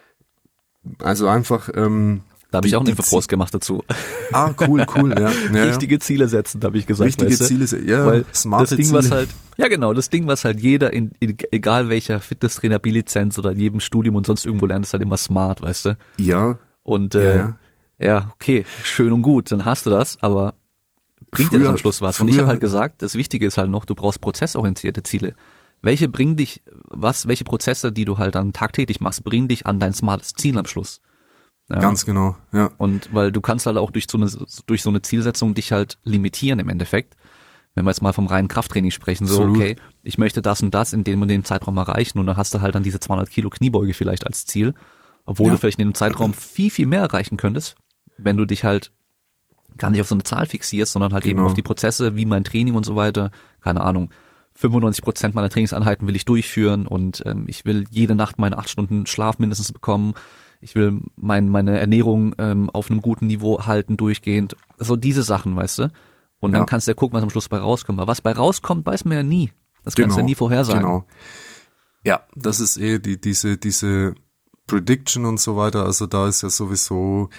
Also einfach, ähm, da habe ich auch einen Infokurs gemacht dazu. Ah, cool, cool, ja. ja Richtige ja. Ziele setzen, habe ich gesagt. Richtige weißt du? Ziele setzen, ja, weil smarte das Ding, Ziele. was halt, ja genau, das Ding, was halt jeder, in, in egal welcher Fitnesstrainer, B-Lizenz oder in jedem Studium und sonst irgendwo lernt, ist halt immer smart, weißt du? Ja. Und äh, ja, ja, okay, schön und gut, dann hast du das, aber bringt dir das am Schluss was? Und ich habe halt gesagt, das Wichtige ist halt noch, du brauchst prozessorientierte Ziele. Welche bringen dich, was, welche Prozesse, die du halt dann tagtäglich machst, bringen dich an dein smartes Ziel am Schluss? Ja. Ganz genau, ja. Und weil du kannst halt auch durch so eine, durch so eine Zielsetzung dich halt limitieren im Endeffekt. Wenn wir jetzt mal vom reinen Krafttraining sprechen, so, Absolut. okay, ich möchte das und das in dem und dem Zeitraum erreichen und dann hast du halt dann diese zweihundert Kilo Kniebeuge vielleicht als Ziel, obwohl ja. du vielleicht in dem Zeitraum viel, viel mehr erreichen könntest, wenn du dich halt gar nicht auf so eine Zahl fixierst, sondern halt genau. eben auf die Prozesse, wie mein Training und so weiter, keine Ahnung, fünfundneunzig Prozent meiner Trainingseinheiten will ich durchführen und ähm, ich will jede Nacht meine acht Stunden Schlaf mindestens bekommen. Ich will mein, meine Ernährung ähm, auf einem guten Niveau halten, durchgehend. So diese Sachen, weißt du? Und dann ja. kannst du ja gucken, was am Schluss bei rauskommt. Aber was bei rauskommt, weiß man ja nie. Das genau. kannst du ja nie vorhersagen. Genau. Ja, das ist eh die, diese, diese Prediction und so weiter. Also da ist ja sowieso,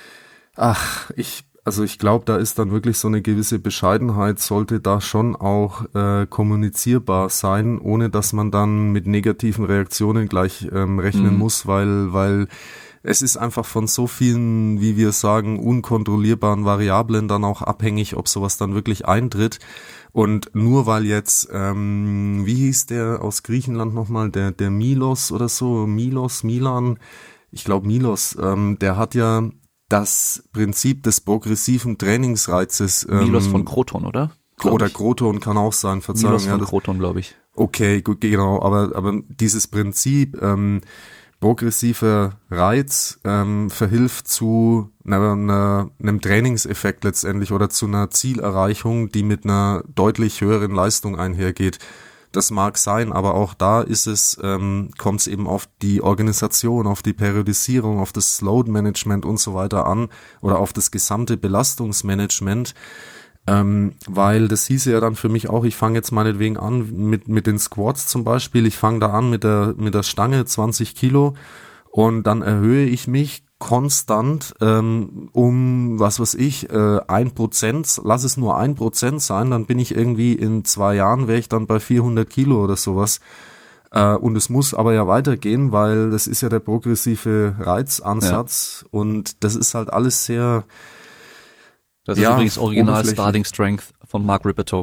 ach, ich, also ich glaube, da ist dann wirklich so eine gewisse Bescheidenheit, sollte da schon auch äh, kommunizierbar sein, ohne dass man dann mit negativen Reaktionen gleich ähm, rechnen mhm. muss, weil, weil es ist einfach von so vielen, wie wir sagen, unkontrollierbaren Variablen dann auch abhängig, ob sowas dann wirklich eintritt. Und nur weil jetzt, ähm, wie hieß der aus Griechenland nochmal, der, der Milos oder so, Milos, Milan, ich glaube Milos, ähm, der hat ja das Prinzip des progressiven Trainingsreizes. Ähm, Milos von Kroton, oder? Glaub oder Kroton kann auch sein, Verzeihung. Milos von ja, Kroton, glaube ich. Okay, gut, genau, aber, aber dieses Prinzip, ähm, progressiver Reiz ähm, verhilft zu einer, einer, einem Trainingseffekt letztendlich oder zu einer Zielerreichung, die mit einer deutlich höheren Leistung einhergeht. Das mag sein, aber auch da ist es, ähm, kommt es eben auf die Organisation, auf die Periodisierung, auf das Load-Management und so weiter an oder auf das gesamte Belastungsmanagement. Ähm, weil das hieße ja dann für mich auch, ich fange jetzt meinetwegen an mit mit den Squats zum Beispiel, ich fange da an mit der mit der Stange zwanzig Kilo und dann erhöhe ich mich konstant ähm, um, was weiß ich, äh, ein Prozent, lass es nur ein Prozent sein, dann bin ich irgendwie in zwei Jahren, wäre ich dann bei vierhundert Kilo oder sowas. Äh, und es muss aber ja weitergehen, weil das ist ja der progressive Reizansatz ja. Und das ist halt alles sehr... Das ist ja, übrigens Original Starting Strength von Mark Rippetoe.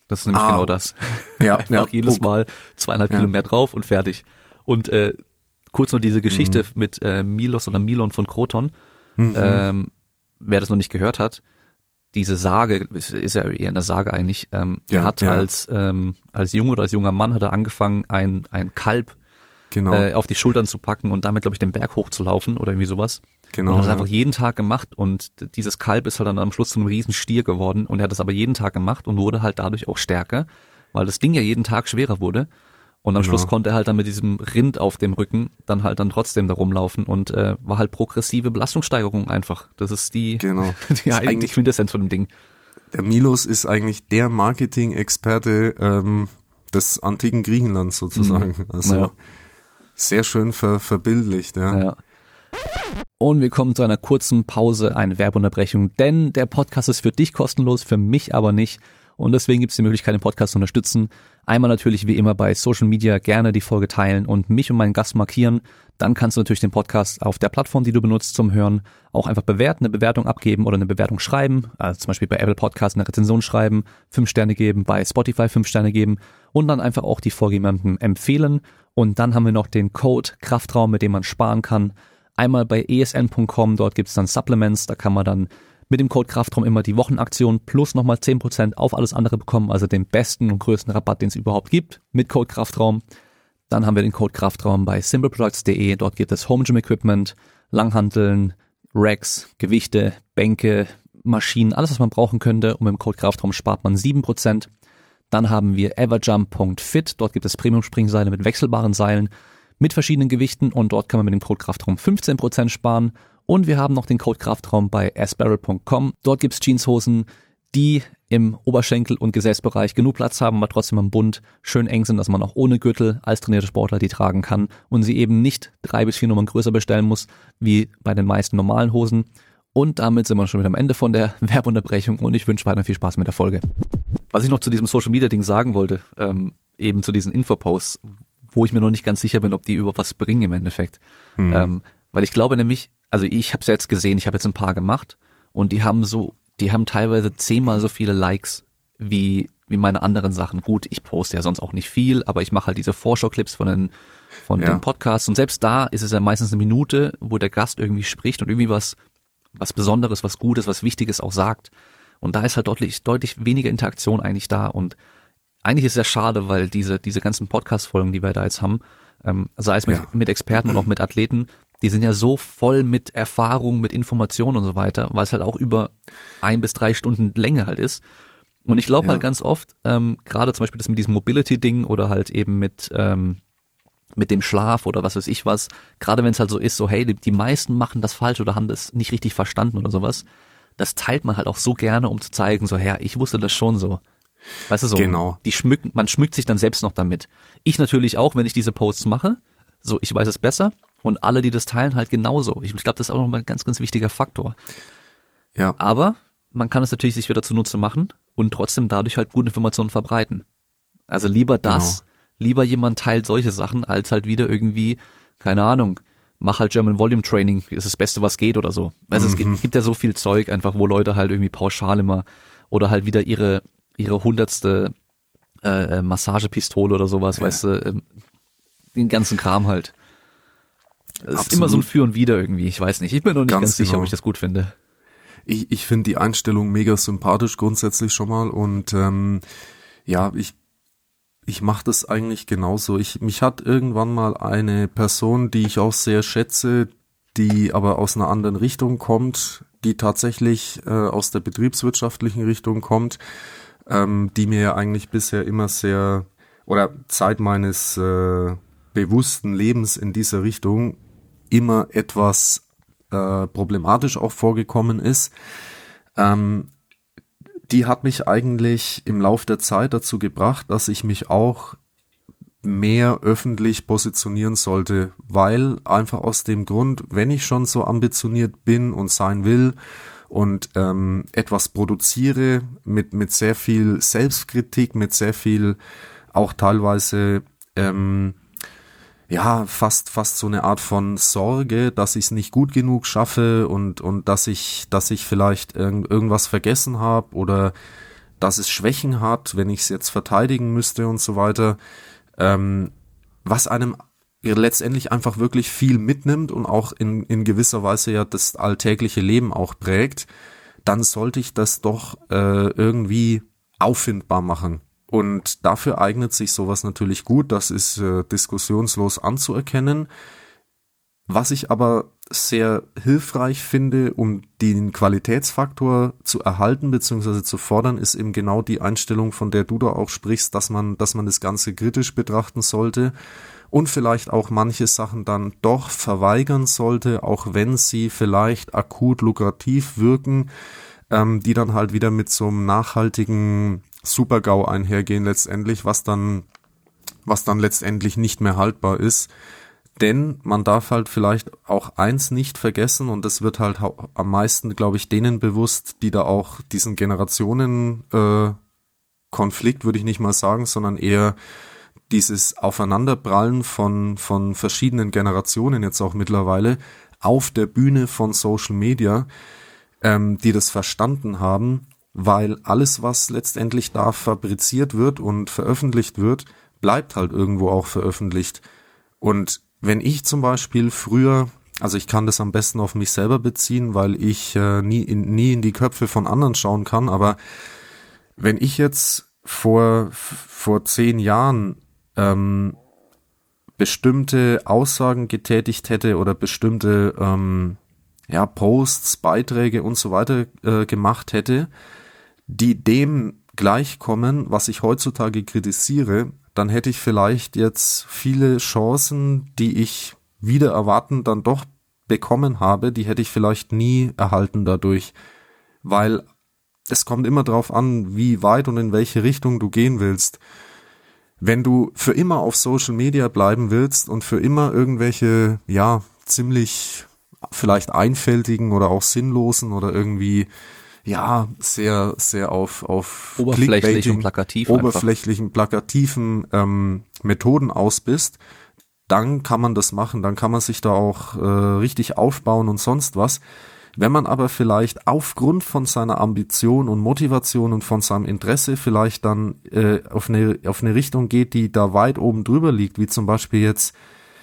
Das ist nämlich ah. genau das. Ja, Einfach ja. jedes Mal zweieinhalb ja. Kilo mehr drauf und fertig. Und äh, kurz noch diese Geschichte mhm. mit äh, Milos oder Milon von Kroton. Mhm. Ähm, wer das noch nicht gehört hat, diese Sage, ist, ist ja eher eine Sage eigentlich, ähm, ja, er hat ja. als ähm, als Junge oder als junger Mann hat er angefangen, ein ein Kalb genau. äh, auf die Schultern zu packen und damit, glaube ich, den Berg hochzulaufen oder irgendwie sowas. Genau. Und hat das ja. einfach jeden Tag gemacht und dieses Kalb ist halt dann am Schluss zu einem riesen Stier geworden und er hat das aber jeden Tag gemacht und wurde halt dadurch auch stärker, weil das Ding ja jeden Tag schwerer wurde. Und am Genau. Schluss konnte er halt dann mit diesem Rind auf dem Rücken dann halt dann trotzdem da rumlaufen und äh, war halt progressive Belastungssteigerung einfach. Das ist die, genau. die eigentlich Quintessenz von dem Ding. Der Milos ist eigentlich der Marketing-Experte ähm, des antiken Griechenlands sozusagen. Mhm. Also ja. sehr schön ver- verbildlicht. Ja. ja. Und wir kommen zu einer kurzen Pause, eine Werbeunterbrechung, denn der Podcast ist für dich kostenlos, für mich aber nicht. Und deswegen gibt es die Möglichkeit, den Podcast zu unterstützen. Einmal natürlich wie immer bei Social Media gerne die Folge teilen und mich und meinen Gast markieren. Dann kannst du natürlich den Podcast auf der Plattform, die du benutzt zum Hören, auch einfach bewerten, eine Bewertung abgeben oder eine Bewertung schreiben. Also zum Beispiel bei Apple Podcasts eine Rezension schreiben, fünf Sterne geben, bei Spotify fünf Sterne geben und dann einfach auch die Folge jemandem empfehlen. Und dann haben wir noch den Code Kraftraum, mit dem man sparen kann. Einmal bei e s n punkt com, dort gibt es dann Supplements, da kann man dann mit dem Code Kraftraum immer die Wochenaktion plus nochmal zehn Prozent auf alles andere bekommen, also den besten und größten Rabatt, den es überhaupt gibt, mit Code Kraftraum. Dann haben wir den Code Kraftraum bei simpleproducts punkt de, dort gibt es Home Gym Equipment, Langhanteln, Racks, Gewichte, Bänke, Maschinen, alles was man brauchen könnte und mit dem Code Kraftraum spart man sieben Prozent. Dann haben wir everjump punkt fit, dort gibt es Premium-Springseile mit wechselbaren Seilen, mit verschiedenen Gewichten und dort kann man mit dem Code Kraftraum fünfzehn Prozent sparen. Und wir haben noch den Code Kraftraum bei asbarrel punkt com. Dort gibt's Jeanshosen, die im Oberschenkel- und Gesäßbereich genug Platz haben, aber trotzdem am Bund schön eng sind, dass man auch ohne Gürtel als trainierte Sportler die tragen kann und sie eben nicht drei bis vier Nummern größer bestellen muss, wie bei den meisten normalen Hosen. Und damit sind wir schon wieder am Ende von der Werbeunterbrechung und ich wünsche weiter viel Spaß mit der Folge. Was ich noch zu diesem Social-Media-Ding sagen wollte, ähm, eben zu diesen Infoposts, wo ich mir noch nicht ganz sicher bin, ob die über was bringen im Endeffekt. Mhm. Ähm, weil ich glaube nämlich, also ich habe es jetzt gesehen, ich habe jetzt ein paar gemacht und die haben so, die haben teilweise zehnmal so viele Likes wie wie meine anderen Sachen. Gut, ich poste ja sonst auch nicht viel, aber ich mache halt diese Vorschau-Clips von den von ja. den Podcasts und selbst da ist es ja meistens eine Minute, wo der Gast irgendwie spricht und irgendwie was was Besonderes, was Gutes, was Wichtiges auch sagt. Und da ist halt deutlich deutlich weniger Interaktion eigentlich da und eigentlich ist es sehr schade, weil diese diese ganzen Podcast-Folgen, die wir da jetzt haben, ähm, sei es mit, ja. mit Experten und auch mit Athleten, die sind ja so voll mit Erfahrung, mit Informationen und so weiter, weil es halt auch über ein bis drei Stunden Länge halt ist. Und ich glaube ja. halt ganz oft, ähm, gerade zum Beispiel das mit diesem Mobility-Ding oder halt eben mit ähm, mit dem Schlaf oder was weiß ich was, gerade wenn es halt so ist, so hey, die, die meisten machen das falsch oder haben das nicht richtig verstanden oder sowas, das teilt man halt auch so gerne, um zu zeigen, so ja, ich wusste das schon so. Weißt du so, genau. die schmücken, man schmückt sich dann selbst noch damit. Ich natürlich auch, wenn ich diese Posts mache, so ich weiß es besser und alle, die das teilen, halt genauso. Ich, ich glaube, das ist auch nochmal ein ganz, ganz wichtiger Faktor. Ja. Aber man kann es natürlich sich wieder zunutze machen und trotzdem dadurch halt gute Informationen verbreiten. Also lieber das, genau. lieber jemand teilt solche Sachen, als halt wieder irgendwie, keine Ahnung, mach halt German Volume Training, ist das Beste, was geht oder so. Also mhm. es gibt, gibt ja so viel Zeug einfach, wo Leute halt irgendwie pauschal immer oder halt wieder ihre ihre hundertste äh, Massagepistole oder sowas, ja. weißt du, äh, den ganzen Kram halt. Es ist immer so ein Für und Wider irgendwie, ich weiß nicht. Ich bin noch nicht ganz, ganz sicher, genau. ob ich das gut finde. Ich, ich finde die Einstellung mega sympathisch grundsätzlich schon mal und ähm, ja, ich ich mache das eigentlich genauso. Ich mich hat irgendwann mal eine Person, die ich auch sehr schätze, die aber aus einer anderen Richtung kommt, die tatsächlich äh, aus der betriebswirtschaftlichen Richtung kommt, ähm, die mir eigentlich bisher immer sehr, oder Zeit meines äh, bewussten Lebens in dieser Richtung immer etwas äh, problematisch auch vorgekommen ist. Ähm, die hat mich eigentlich im Lauf der Zeit dazu gebracht, dass ich mich auch mehr öffentlich positionieren sollte, weil einfach aus dem Grund, wenn ich schon so ambitioniert bin und sein will und ähm, etwas produziere mit mit sehr viel Selbstkritik, mit sehr viel auch teilweise ähm, ja fast fast so eine Art von Sorge, dass ich es nicht gut genug schaffe und und dass ich dass ich vielleicht irg- irgendwas vergessen habe oder dass es Schwächen hat, wenn ich es jetzt verteidigen müsste und so weiter, ähm, was einem letztendlich einfach wirklich viel mitnimmt und auch in, in gewisser Weise ja das alltägliche Leben auch prägt, dann sollte ich das doch äh, irgendwie auffindbar machen. Und dafür eignet sich sowas natürlich gut, das ist äh, diskussionslos anzuerkennen. Was ich aber sehr hilfreich finde, um den Qualitätsfaktor zu erhalten bzw. zu fordern, ist eben genau die Einstellung, von der du da auch sprichst, dass man, dass man das Ganze kritisch betrachten sollte und vielleicht auch manche Sachen dann doch verweigern sollte, auch wenn sie vielleicht akut lukrativ wirken, ähm, die dann halt wieder mit so einem nachhaltigen Super-GAU einhergehen letztendlich, was dann, was dann letztendlich nicht mehr haltbar ist. Denn man darf halt vielleicht auch eins nicht vergessen, und das wird halt am meisten, glaube ich, denen bewusst, die da auch diesen Generationen-Konflikt, äh, würde ich nicht mal sagen, sondern eher dieses Aufeinanderprallen von von verschiedenen Generationen jetzt auch mittlerweile auf der Bühne von Social Media, ähm, die das verstanden haben, weil alles, was letztendlich da fabriziert wird und veröffentlicht wird, bleibt halt irgendwo auch veröffentlicht. Und wenn ich zum Beispiel früher, also ich kann das am besten auf mich selber beziehen, weil ich äh, nie, in, nie in die Köpfe von anderen schauen kann, aber wenn ich jetzt vor vor zehn Jahren ähm, bestimmte Aussagen getätigt hätte oder bestimmte ähm, ja Posts, Beiträge und so weiter äh, gemacht hätte, die dem gleichkommen, was ich heutzutage kritisiere, dann hätte ich vielleicht jetzt viele Chancen, die ich wieder erwarten dann doch bekommen habe, die hätte ich vielleicht nie erhalten dadurch, weil es kommt immer darauf an, wie weit und in welche Richtung du gehen willst. Wenn du für immer auf Social Media bleiben willst und für immer irgendwelche, ja, ziemlich vielleicht einfältigen oder auch sinnlosen oder irgendwie ja, sehr, sehr auf, auf oberflächlich und plakativ oberflächlichen, plakativen ähm, Methoden aus bist, dann kann man das machen, dann kann man sich da auch äh, richtig aufbauen und sonst was. Wenn man aber vielleicht aufgrund von seiner Ambition und Motivation und von seinem Interesse vielleicht dann äh, auf eine, auf eine Richtung geht, die da weit oben drüber liegt, wie zum Beispiel jetzt,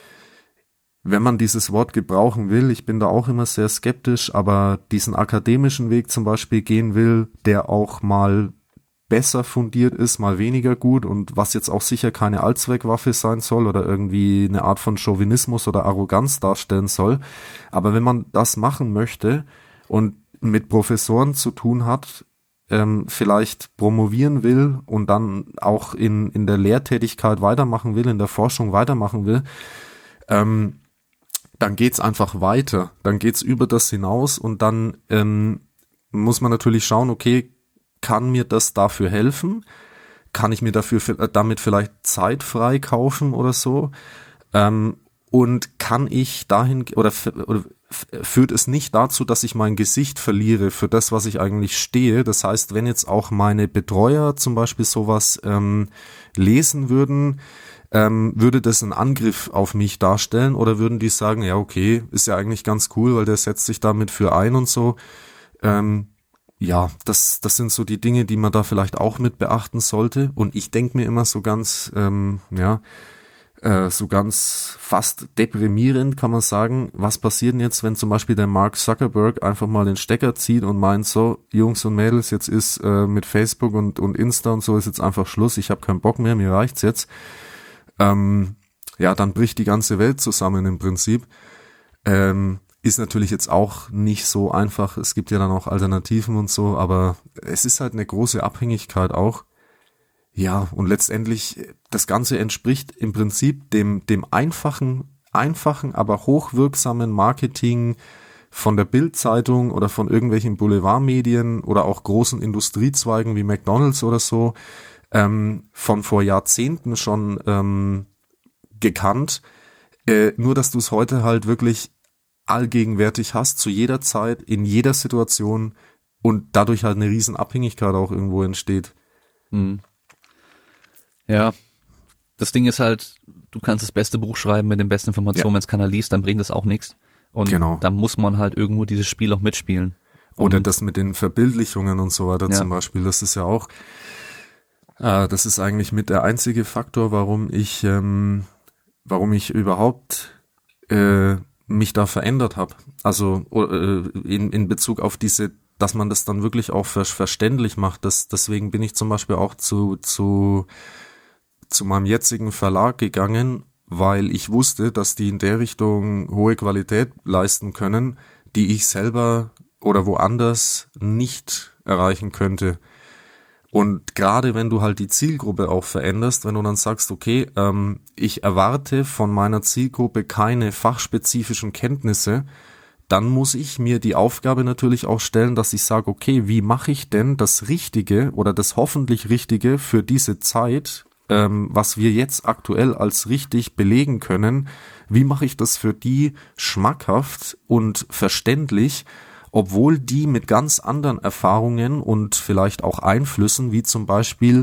wenn man dieses Wort gebrauchen will, ich bin da auch immer sehr skeptisch, aber diesen akademischen Weg zum Beispiel gehen will, der auch mal besser fundiert ist, mal weniger gut und was jetzt auch sicher keine Allzweckwaffe sein soll oder irgendwie eine Art von Chauvinismus oder Arroganz darstellen soll. Aber wenn man das machen möchte und mit Professoren zu tun hat, ähm, vielleicht promovieren will und dann auch in, in der Lehrtätigkeit weitermachen will, in der Forschung weitermachen will, ähm, dann geht's einfach weiter, dann geht's über das hinaus und dann ähm, muss man natürlich schauen, okay, kann mir das dafür helfen? Kann ich mir dafür damit vielleicht Zeit frei kaufen oder so? Ähm, und kann ich dahin oder, oder führt es nicht dazu, dass ich mein Gesicht verliere für das, was ich eigentlich stehe? Das heißt, wenn jetzt auch meine Betreuer zum Beispiel sowas ähm, lesen würden, Ähm, würde das einen Angriff auf mich darstellen oder würden die sagen, ja okay, ist ja eigentlich ganz cool, weil der setzt sich damit für ein und so. Ähm, ja, das das sind so die Dinge, die man da vielleicht auch mit beachten sollte. Und ich denke mir immer so ganz, ähm, ja, äh, so ganz fast deprimierend kann man sagen, was passiert denn jetzt, wenn zum Beispiel der Mark Zuckerberg einfach mal den Stecker zieht und meint, so Jungs und Mädels, jetzt ist äh, mit Facebook und und Insta und so ist jetzt einfach Schluss, ich habe keinen Bock mehr, mir reicht's jetzt. Ähm, ja, dann bricht die ganze Welt zusammen im Prinzip. Ähm, ist natürlich jetzt auch nicht so einfach. Es gibt ja dann auch Alternativen und so, aber es ist halt eine große Abhängigkeit auch. Ja, und letztendlich, das Ganze entspricht im Prinzip dem, dem einfachen, einfachen, aber hochwirksamen Marketing von der Bild-Zeitung oder von irgendwelchen Boulevardmedien oder auch großen Industriezweigen wie McDonald's oder so, Ähm, von vor Jahrzehnten schon ähm, gekannt, äh, nur dass du es heute halt wirklich allgegenwärtig hast, zu jeder Zeit, in jeder Situation und dadurch halt eine riesen Abhängigkeit auch irgendwo entsteht. Mhm. Ja, das Ding ist halt, du kannst das beste Buch schreiben mit den besten Informationen, ja. Wenn es keiner liest, dann bringt das auch nichts. Und genau. Da muss man halt irgendwo dieses Spiel auch mitspielen. Oder und das mit den Verbildlichungen und so weiter ja. zum Beispiel, das ist ja auch, äh, das ist eigentlich mit der einzige Faktor, warum ich, ähm, warum ich überhaupt äh, mich da verändert habe. Also äh, in, in Bezug auf diese, dass man das dann wirklich auch ver- verständlich macht. Das, deswegen bin ich zum Beispiel auch zu, zu, zu meinem jetzigen Verlag gegangen, weil ich wusste, dass die in der Richtung hohe Qualität leisten können, die ich selber oder woanders nicht erreichen könnte. Und gerade wenn du halt die Zielgruppe auch veränderst, wenn du dann sagst, okay, ähm, ich erwarte von meiner Zielgruppe keine fachspezifischen Kenntnisse, dann muss ich mir die Aufgabe natürlich auch stellen, dass ich sage, okay, wie mache ich denn das Richtige oder das hoffentlich Richtige für diese Zeit, ähm, was wir jetzt aktuell als richtig belegen können, wie mache ich das für die schmackhaft und verständlich, obwohl die mit ganz anderen Erfahrungen und vielleicht auch Einflüssen, wie zum Beispiel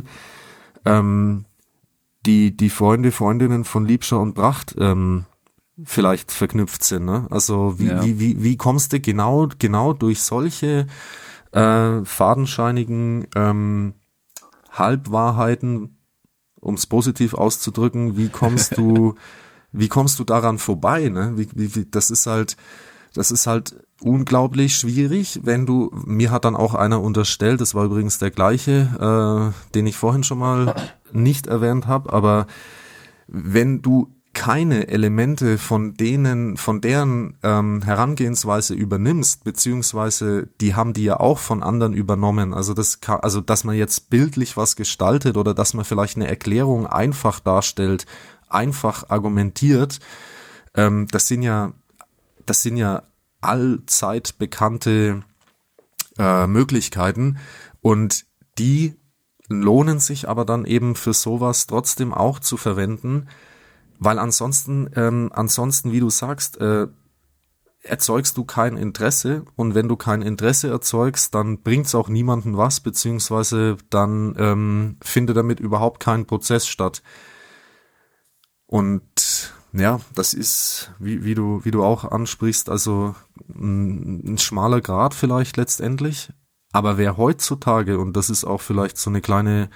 ähm, die die Freunde, Freundinnen von Liebscher und Bracht ähm, vielleicht verknüpft sind. Ne? Also wie, Ja. wie, wie, wie kommst du genau genau durch solche äh, fadenscheinigen ähm, Halbwahrheiten, um es positiv auszudrücken, wie kommst du wie kommst du daran vorbei? Ne? Wie, wie, wie, das ist halt Das ist halt unglaublich schwierig, wenn du, mir hat dann auch einer unterstellt, das war übrigens der gleiche, äh, den ich vorhin schon mal nicht erwähnt habe, aber wenn du keine Elemente von denen, von deren ähm, Herangehensweise übernimmst, beziehungsweise die haben die ja auch von anderen übernommen, also das kann, also dass man jetzt bildlich was gestaltet oder dass man vielleicht eine Erklärung einfach darstellt, einfach argumentiert, ähm, das sind ja Das sind ja allzeit bekannte äh, Möglichkeiten und die lohnen sich aber dann eben für sowas trotzdem auch zu verwenden, weil ansonsten, ähm, ansonsten, wie du sagst, äh, erzeugst du kein Interesse und wenn du kein Interesse erzeugst, dann bringt's auch niemandem was, beziehungsweise dann ähm, findet damit überhaupt kein Prozess statt. Und ja, das ist, wie, wie du, wie du auch ansprichst, also ein, ein schmaler Grat vielleicht letztendlich. Aber wer heutzutage, und das ist auch vielleicht so eine kleine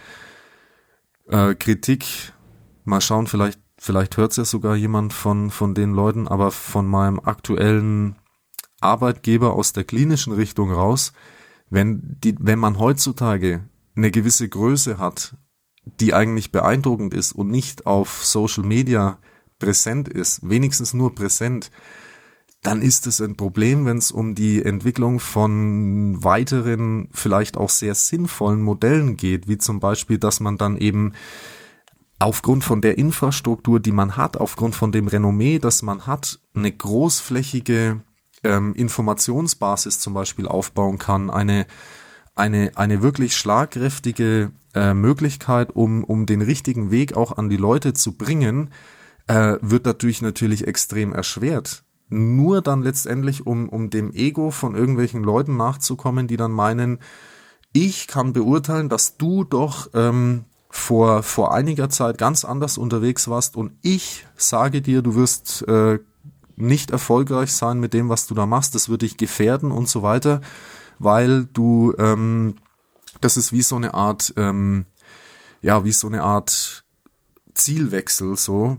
äh, Kritik, mal schauen, vielleicht, vielleicht hört es ja sogar jemand von, von den Leuten, aber von meinem aktuellen Arbeitgeber aus der klinischen Richtung raus, wenn die, wenn man heutzutage eine gewisse Größe hat, die eigentlich beeindruckend ist und nicht auf Social Media präsent ist, wenigstens nur präsent, dann ist es ein Problem, wenn es um die Entwicklung von weiteren, vielleicht auch sehr sinnvollen Modellen geht, wie zum Beispiel, dass man dann eben aufgrund von der Infrastruktur, die man hat, aufgrund von dem Renommee, das man hat, eine großflächige ähm, Informationsbasis zum Beispiel aufbauen kann, eine eine eine wirklich schlagkräftige äh, Möglichkeit, um um den richtigen Weg auch an die Leute zu bringen, äh, wird dadurch natürlich extrem erschwert. Nur dann letztendlich, um um dem Ego von irgendwelchen Leuten nachzukommen, die dann meinen, ich kann beurteilen, dass du doch ähm, vor vor einiger Zeit ganz anders unterwegs warst und ich sage dir, du wirst äh, nicht erfolgreich sein mit dem, was du da machst, das wird dich gefährden und so weiter, weil du, ähm, das ist wie so eine Art, ähm, ja, wie so eine Art Zielwechsel so.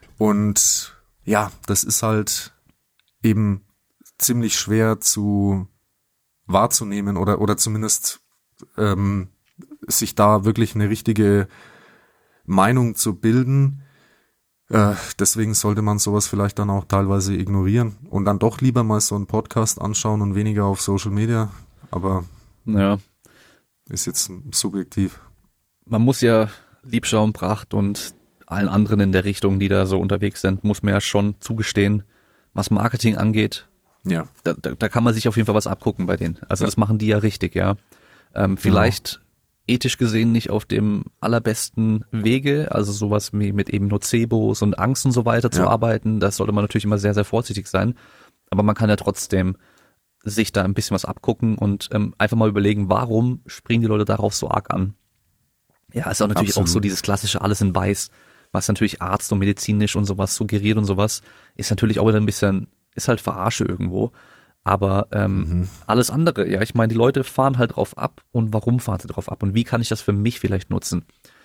Und ja, das ist halt eben ziemlich schwer zu wahrzunehmen oder oder zumindest ähm, sich da wirklich eine richtige Meinung zu bilden. Äh, deswegen sollte man sowas vielleicht dann auch teilweise ignorieren und dann doch lieber mal so einen Podcast anschauen und weniger auf Social Media. Aber ja, ist jetzt subjektiv. Man muss ja Liebscher und Bracht und allen anderen in der Richtung, die da so unterwegs sind, muss man ja schon zugestehen, was Marketing angeht. Ja. Da, da, da kann man sich auf jeden Fall was abgucken bei denen. Also ja. Das machen die ja richtig, ja. Ähm, vielleicht genau. Ethisch gesehen nicht auf dem allerbesten Wege, also sowas wie mit eben Nocebos und Angst und so weiter zu ja. arbeiten, das sollte man natürlich immer sehr, sehr vorsichtig sein. Aber man kann ja trotzdem sich da ein bisschen was abgucken und ähm, einfach mal überlegen, warum springen die Leute darauf so arg an? Ja, ist auch natürlich Absolut. Auch so dieses klassische alles in weiß, was natürlich Arzt und medizinisch und sowas suggeriert und sowas, ist natürlich auch wieder ein bisschen, ist halt Verarsche irgendwo. Aber ähm, mhm. alles andere, ja, ich meine, die Leute fahren halt drauf ab und warum fahren sie drauf ab und wie kann ich das für mich vielleicht nutzen?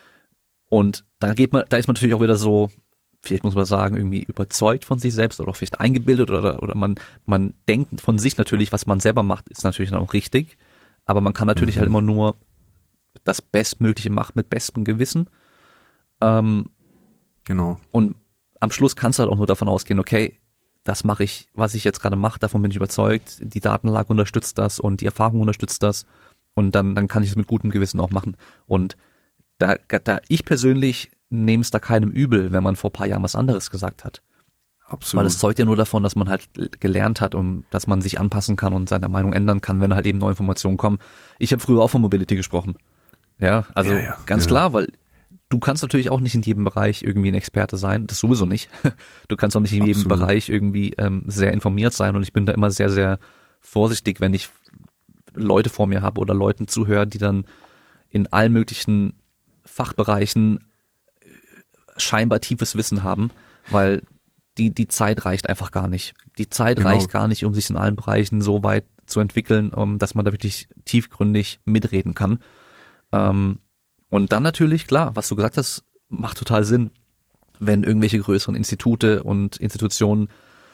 Und da geht man, da ist man natürlich auch wieder so, vielleicht muss man sagen, irgendwie überzeugt von sich selbst oder auch vielleicht eingebildet oder oder man man denkt von sich natürlich, was man selber macht, ist natürlich dann auch richtig, aber man kann natürlich mhm. halt immer nur das Bestmögliche machen mit bestem Gewissen. Ähm, genau. Und am Schluss kannst du halt auch nur davon ausgehen, okay, das mache ich, was ich jetzt gerade mache, davon bin ich überzeugt, die Datenlage unterstützt das und die Erfahrung unterstützt das und dann dann kann ich es mit gutem Gewissen auch machen. Und da, da ich persönlich nehme es da keinem übel, wenn man vor ein paar Jahren was anderes gesagt hat. Absolut. Weil es zeugt ja nur davon, dass man halt gelernt hat und dass man sich anpassen kann und seine Meinung ändern kann, wenn halt eben neue Informationen kommen. Ich habe früher auch von Mobility gesprochen. Ja, also ja, ja, ganz ja. klar, weil du kannst natürlich auch nicht in jedem Bereich irgendwie ein Experte sein, das sowieso nicht. Du kannst auch nicht in jedem Absolut. Bereich irgendwie ähm, sehr informiert sein und ich bin da immer sehr, sehr vorsichtig, wenn ich Leute vor mir habe oder Leuten zuhöre, die dann in allen möglichen Fachbereichen scheinbar tiefes Wissen haben, weil die die Zeit reicht einfach gar nicht. Die Zeit Genau. reicht gar nicht, um sich in allen Bereichen so weit zu entwickeln, um, dass man da wirklich tiefgründig mitreden kann. Ähm, und dann natürlich, klar, was du gesagt hast, macht total Sinn, wenn irgendwelche größeren Institute und Institutionen,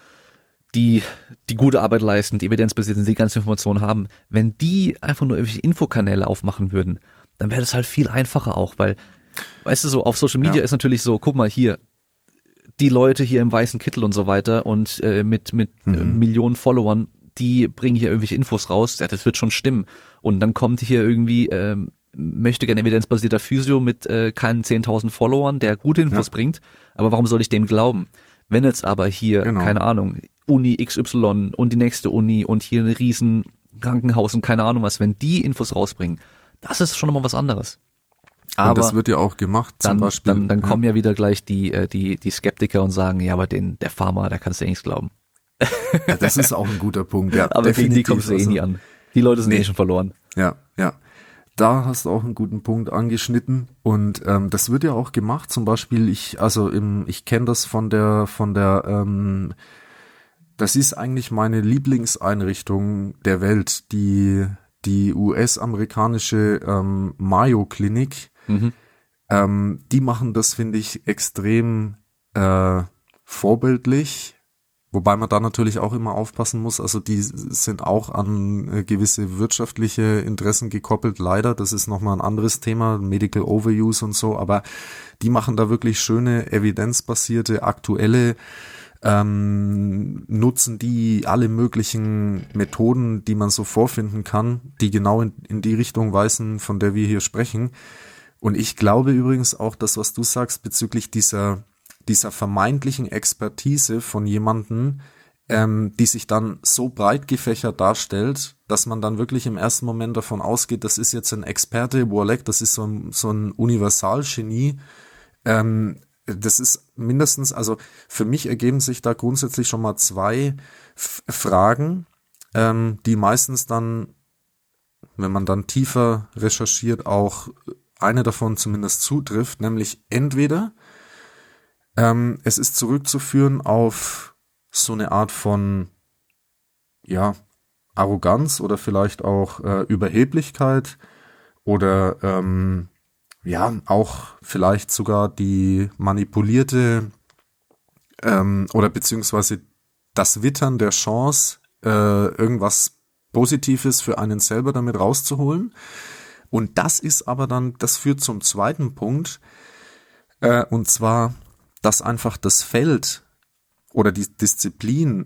die die gute Arbeit leisten, die evidenzbasiert sind, die ganze Informationen haben, wenn die einfach nur irgendwelche Infokanäle aufmachen würden, dann wäre das halt viel einfacher auch, weil, weißt du, so auf Social Media Ja. ist natürlich so, guck mal hier, die Leute hier im weißen Kittel und so weiter und äh, mit mit Mhm. äh, Millionen Followern, die bringen hier irgendwelche Infos raus, ja, das wird schon stimmen. Und dann kommt hier irgendwie, ähm, möchte gerne evidenzbasierter Physio mit äh, keinen zehntausend Followern, der gute Infos Ja. bringt, aber warum soll ich dem glauben? Wenn jetzt aber hier, Genau. keine Ahnung, Uni X Y und die nächste Uni und hier ein riesen Krankenhaus und keine Ahnung was, wenn die Infos rausbringen, das ist schon mal was anderes. Aber und das wird ja auch gemacht, zum dann, Beispiel. dann, dann ja. kommen ja wieder gleich die, äh, die, die Skeptiker und sagen, ja, aber den, der Pharma, da kannst du eh nichts glauben. Ja, das ist auch ein guter Punkt. Ja, Aber gegen die definitiv. kommst du eh Also, nie an. Die Leute sind Nee. eh schon verloren. Ja, ja. Da hast du auch einen guten Punkt angeschnitten und ähm, das wird ja auch gemacht. Zum Beispiel, ich, also im, ich kenne das von der, von der, ähm, das ist eigentlich meine Lieblingseinrichtung der Welt, die die U S-amerikanische ähm, Mayo Clinic. Mhm. Ähm, die machen das, finde ich, extrem äh, vorbildlich. Wobei man da natürlich auch immer aufpassen muss, also die sind auch an äh, gewisse wirtschaftliche Interessen gekoppelt, leider, das ist nochmal ein anderes Thema, Medical Overuse und so, aber die machen da wirklich schöne, evidenzbasierte, aktuelle, ähm, nutzen die alle möglichen Methoden, die man so vorfinden kann, die genau in, in die Richtung weisen, von der wir hier sprechen. Und ich glaube übrigens auch, das, was du sagst bezüglich dieser dieser vermeintlichen Expertise von jemandem, ähm, die sich dann so breit gefächert darstellt, dass man dann wirklich im ersten Moment davon ausgeht, das ist jetzt ein Experte, Warleck, das ist so ein, so ein Universalgenie. Ähm, das ist mindestens, also für mich ergeben sich da grundsätzlich schon mal zwei F- Fragen, ähm, die meistens dann, wenn man dann tiefer recherchiert, auch eine davon zumindest zutrifft, nämlich entweder Ähm, es ist zurückzuführen auf so eine Art von, ja, Arroganz oder vielleicht auch äh, Überheblichkeit oder ähm, ja, auch vielleicht sogar die manipulierte ähm, oder beziehungsweise das Wittern der Chance, äh, irgendwas Positives für einen selber damit rauszuholen. Und das ist aber dann, das führt zum zweiten Punkt, äh, und zwar dass einfach das Feld oder die Disziplin,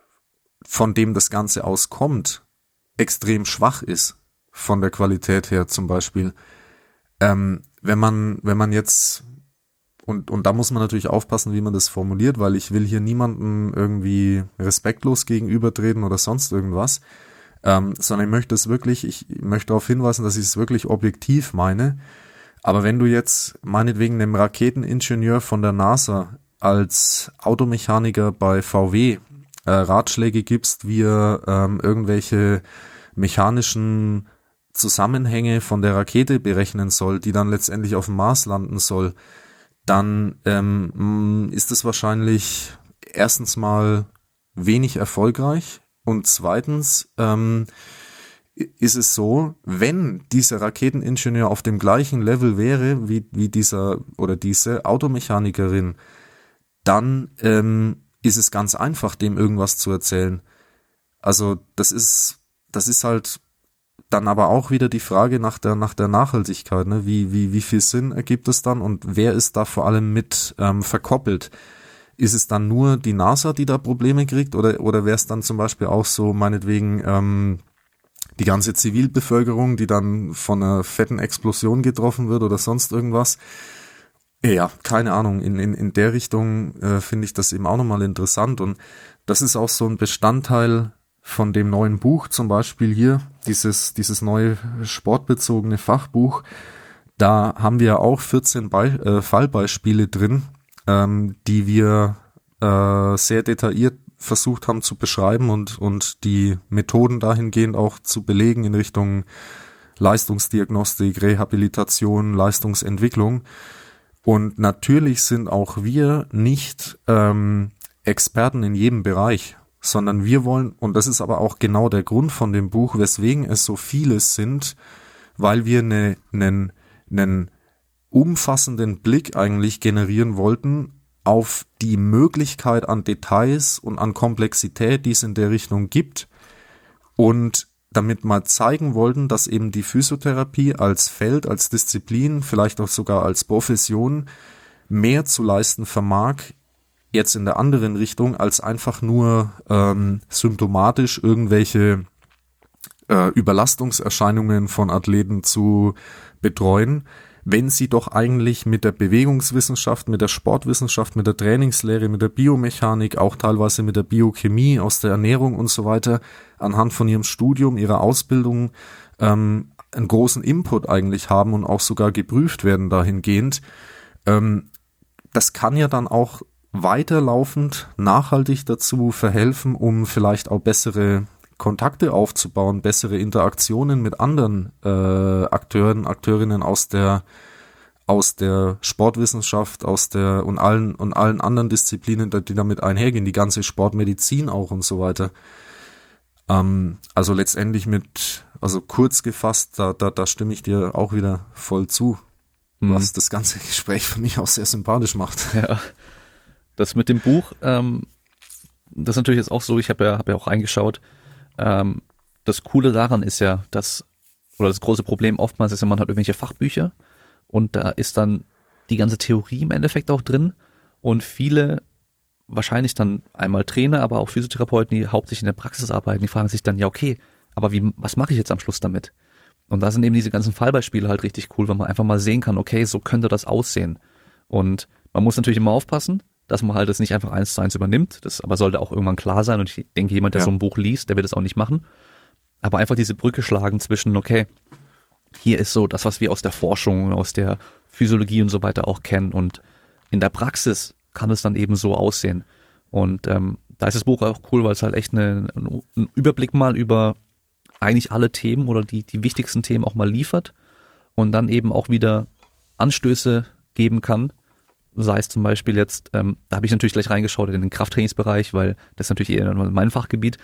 von dem das Ganze auskommt, extrem schwach ist, von der Qualität her zum Beispiel. Ähm, wenn man, wenn man jetzt, und, und da muss man natürlich aufpassen, wie man das formuliert, weil ich will hier niemandem irgendwie respektlos gegenübertreten oder sonst irgendwas, ähm, sondern ich möchte es wirklich, ich möchte darauf hinweisen, dass ich es wirklich objektiv meine. Aber wenn du jetzt meinetwegen einem Raketeningenieur von der NASA als Automechaniker bei V W äh, Ratschläge gibst, wie er ähm, irgendwelche mechanischen Zusammenhänge von der Rakete berechnen soll, die dann letztendlich auf dem Mars landen soll, dann ähm, ist es wahrscheinlich erstens mal wenig erfolgreich Und zweitens ähm, ist es so, wenn dieser Raketeningenieur auf dem gleichen Level wäre wie, wie dieser oder diese Automechanikerin, dann ähm, ist es ganz einfach, dem irgendwas zu erzählen. Also das ist, das ist halt dann aber auch wieder die Frage nach der nach der Nachhaltigkeit, ne? Wie wie wie viel Sinn ergibt es dann und wer ist da vor allem mit ähm, verkoppelt? Ist es dann nur die NASA, die da Probleme kriegt, oder oder wäre es dann zum Beispiel auch so meinetwegen ähm, die ganze Zivilbevölkerung, die dann von einer fetten Explosion getroffen wird oder sonst irgendwas? Ja, keine Ahnung. In in in der Richtung äh, finde ich das eben auch nochmal interessant, und das ist auch so ein Bestandteil von dem neuen Buch, zum Beispiel hier, dieses dieses neue sportbezogene Fachbuch. Da haben wir auch vierzehn Be- äh, Fallbeispiele drin, ähm, die wir äh, sehr detailliert versucht haben zu beschreiben und und die Methoden dahingehend auch zu belegen in Richtung Leistungsdiagnostik, Rehabilitation, Leistungsentwicklung. Und natürlich sind auch wir nicht ähm, Experten in jedem Bereich, sondern wir wollen, und das ist aber auch genau der Grund von dem Buch, weswegen es so viele sind, weil wir eine, einen, einen umfassenden Blick eigentlich generieren wollten auf die Möglichkeit an Details und an Komplexität, die es in der Richtung gibt, und damit mal zeigen wollten, dass eben die Physiotherapie als Feld, als Disziplin, vielleicht auch sogar als Profession mehr zu leisten vermag, jetzt in der anderen Richtung, als einfach nur ähm, symptomatisch irgendwelche äh, Überlastungserscheinungen von Athleten zu betreuen, wenn sie doch eigentlich mit der Bewegungswissenschaft, mit der Sportwissenschaft, mit der Trainingslehre, mit der Biomechanik, auch teilweise mit der Biochemie aus der Ernährung und so weiter, anhand von ihrem Studium, ihrer Ausbildung ähm, einen großen Input eigentlich haben und auch sogar geprüft werden dahingehend. Ähm, das kann ja dann auch weiterlaufend nachhaltig dazu verhelfen, um vielleicht auch bessere Kontakte aufzubauen, bessere Interaktionen mit anderen äh, Akteuren, Akteurinnen aus der aus der Sportwissenschaft, aus der und allen und allen anderen Disziplinen, die damit einhergehen, die ganze Sportmedizin auch und so weiter. Ähm, also letztendlich mit, also kurz gefasst, da da da stimme ich dir auch wieder voll zu, mhm. was das ganze Gespräch für mich auch sehr sympathisch macht. Ja, das mit dem Buch, ähm, das ist natürlich jetzt auch so. Ich habe ja habe ja auch reingeschaut. Ähm, das Coole daran ist ja, dass, oder das große Problem oftmals ist ja, man hat irgendwelche Fachbücher und da ist dann die ganze Theorie im Endeffekt auch drin, und viele, wahrscheinlich dann einmal Trainer, aber auch Physiotherapeuten, die hauptsächlich in der Praxis arbeiten, die fragen sich dann, ja okay, aber wie, was mache ich jetzt am Schluss damit? Und da sind eben diese ganzen Fallbeispiele halt richtig cool, weil man einfach mal sehen kann, okay, so könnte das aussehen. Und man muss natürlich immer aufpassen, dass man halt das nicht einfach eins zu eins übernimmt. Das aber sollte auch irgendwann klar sein, und ich denke, jemand, der ja. so ein Buch liest, der wird das auch nicht machen. Aber einfach diese Brücke schlagen zwischen, okay, hier ist so das, was wir aus der Forschung, aus der Physiologie und so weiter auch kennen, und in der Praxis kann es dann eben so aussehen. Und ähm, da ist das Buch auch cool, weil es halt echt eine, einen Überblick mal über eigentlich alle Themen oder die, die wichtigsten Themen auch mal liefert und dann eben auch wieder Anstöße geben kann. Sei es zum Beispiel jetzt, ähm, da habe ich natürlich gleich reingeschaut in den Krafttrainingsbereich, weil das ist natürlich eher mein Fachgebiet,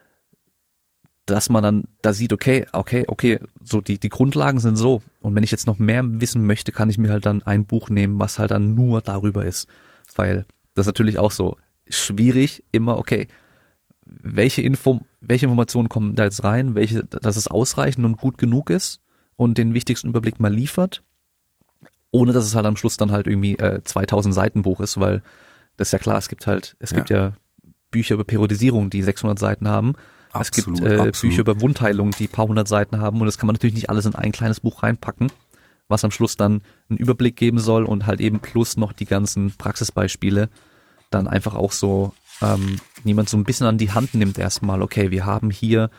dass man dann da sieht, okay, okay, okay, so die, die Grundlagen sind so, und wenn ich jetzt noch mehr wissen möchte, kann ich mir halt dann ein Buch nehmen, was halt dann nur darüber ist, weil das ist natürlich auch so schwierig, immer, okay, welche Info, welche Informationen kommen da jetzt rein, welche, dass es ausreichend und gut genug ist und den wichtigsten Überblick mal liefert, ohne dass es halt am Schluss dann halt irgendwie äh, zweitausend Seiten Buch ist, weil das ist ja klar, es gibt halt, es ja. gibt ja Bücher über Periodisierung, die sechshundert Seiten haben. Absolut, es gibt äh, Bücher über Wundheilung, die ein paar hundert Seiten haben, und das kann man natürlich nicht alles in ein kleines Buch reinpacken, was am Schluss dann einen Überblick geben soll und halt eben plus noch die ganzen Praxisbeispiele dann einfach auch so ähm, jemand so ein bisschen an die Hand nimmt erstmal, okay, wir haben hier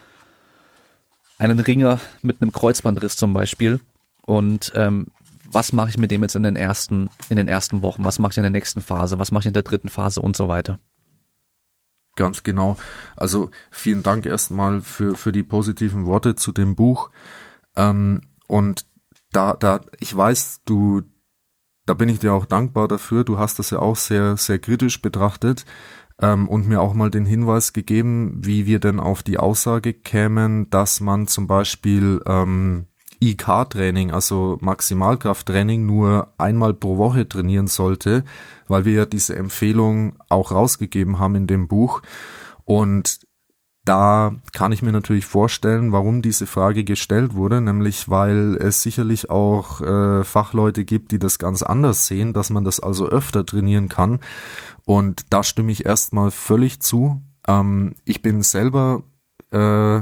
einen Ringer mit einem Kreuzbandriss zum Beispiel, und ähm, was mache ich mit dem jetzt in den ersten, in den ersten Wochen, was mache ich in der nächsten Phase, was mache ich in der dritten Phase und so weiter. Ganz genau. Also vielen Dank erstmal für für die positiven Worte zu dem Buch. Ähm, und da da ich weiß, du da bin ich dir auch dankbar dafür. Du hast das ja auch sehr sehr kritisch betrachtet. ähm, und mir auch mal den Hinweis gegeben, wie wir denn auf die Aussage kämen, dass man zum Beispiel ähm, I K-Training, also Maximalkrafttraining, nur einmal pro Woche trainieren sollte, weil wir ja diese Empfehlung auch rausgegeben haben in dem Buch. Und da kann ich mir natürlich vorstellen, warum diese Frage gestellt wurde, nämlich weil es sicherlich auch äh, Fachleute gibt, die das ganz anders sehen, dass man das also öfter trainieren kann. Und da stimme ich erstmal völlig zu. Ähm, ich bin selber äh,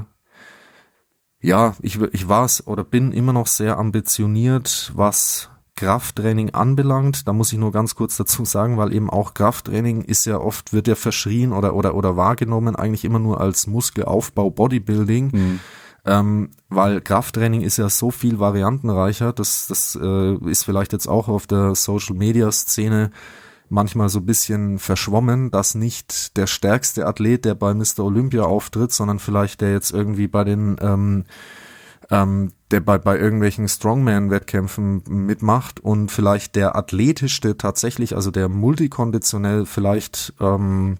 Ja, ich, ich war es oder bin immer noch sehr ambitioniert, was Krafttraining anbelangt. Da muss ich nur ganz kurz dazu sagen, weil eben auch Krafttraining ist ja oft, wird ja verschrien oder oder oder wahrgenommen eigentlich immer nur als Muskelaufbau, Bodybuilding. Mhm. Ähm, weil Krafttraining ist ja so viel variantenreicher. Das, das äh, ist vielleicht jetzt auch auf der Social-Media-Szene manchmal so ein bisschen verschwommen, dass nicht der stärkste Athlet, der bei Mister Olympia auftritt, sondern vielleicht der jetzt irgendwie bei den ähm, ähm, der bei bei irgendwelchen Strongman-Wettkämpfen mitmacht und vielleicht der athletischste tatsächlich, also der multikonditionell vielleicht ähm,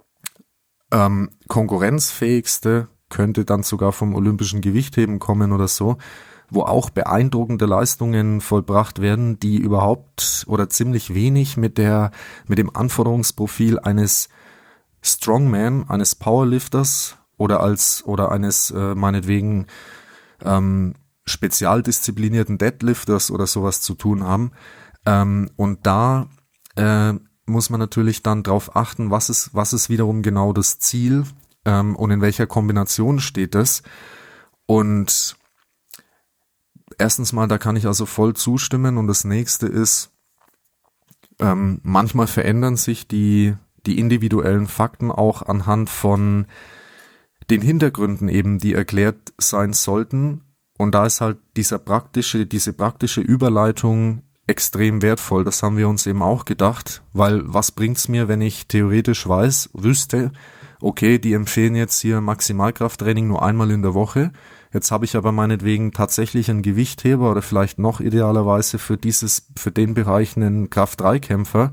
ähm, konkurrenzfähigste, könnte dann sogar vom olympischen Gewichtheben kommen oder so, wo auch beeindruckende Leistungen vollbracht werden, die überhaupt oder ziemlich wenig mit der mit dem Anforderungsprofil eines Strongman, eines Powerlifters oder als oder eines äh, meinetwegen ähm, spezialdisziplinierten Deadlifters oder sowas zu tun haben. Ähm, und da äh, muss man natürlich dann drauf achten, was ist was ist wiederum genau das Ziel ähm, und in welcher Kombination steht es. Und erstens mal, da kann ich also voll zustimmen, und das nächste ist, ähm, manchmal verändern sich die, die individuellen Fakten auch anhand von den Hintergründen eben, die erklärt sein sollten, und da ist halt dieser praktische, diese praktische Überleitung extrem wertvoll. Das haben wir uns eben auch gedacht, weil was bringt's mir, wenn ich theoretisch weiß, wüsste, okay, die empfehlen jetzt hier Maximalkrafttraining nur einmal in der Woche. Jetzt habe ich aber meinetwegen tatsächlich einen Gewichtheber oder vielleicht noch idealerweise für dieses, für den Bereich einen Kraft drei Kämpfer.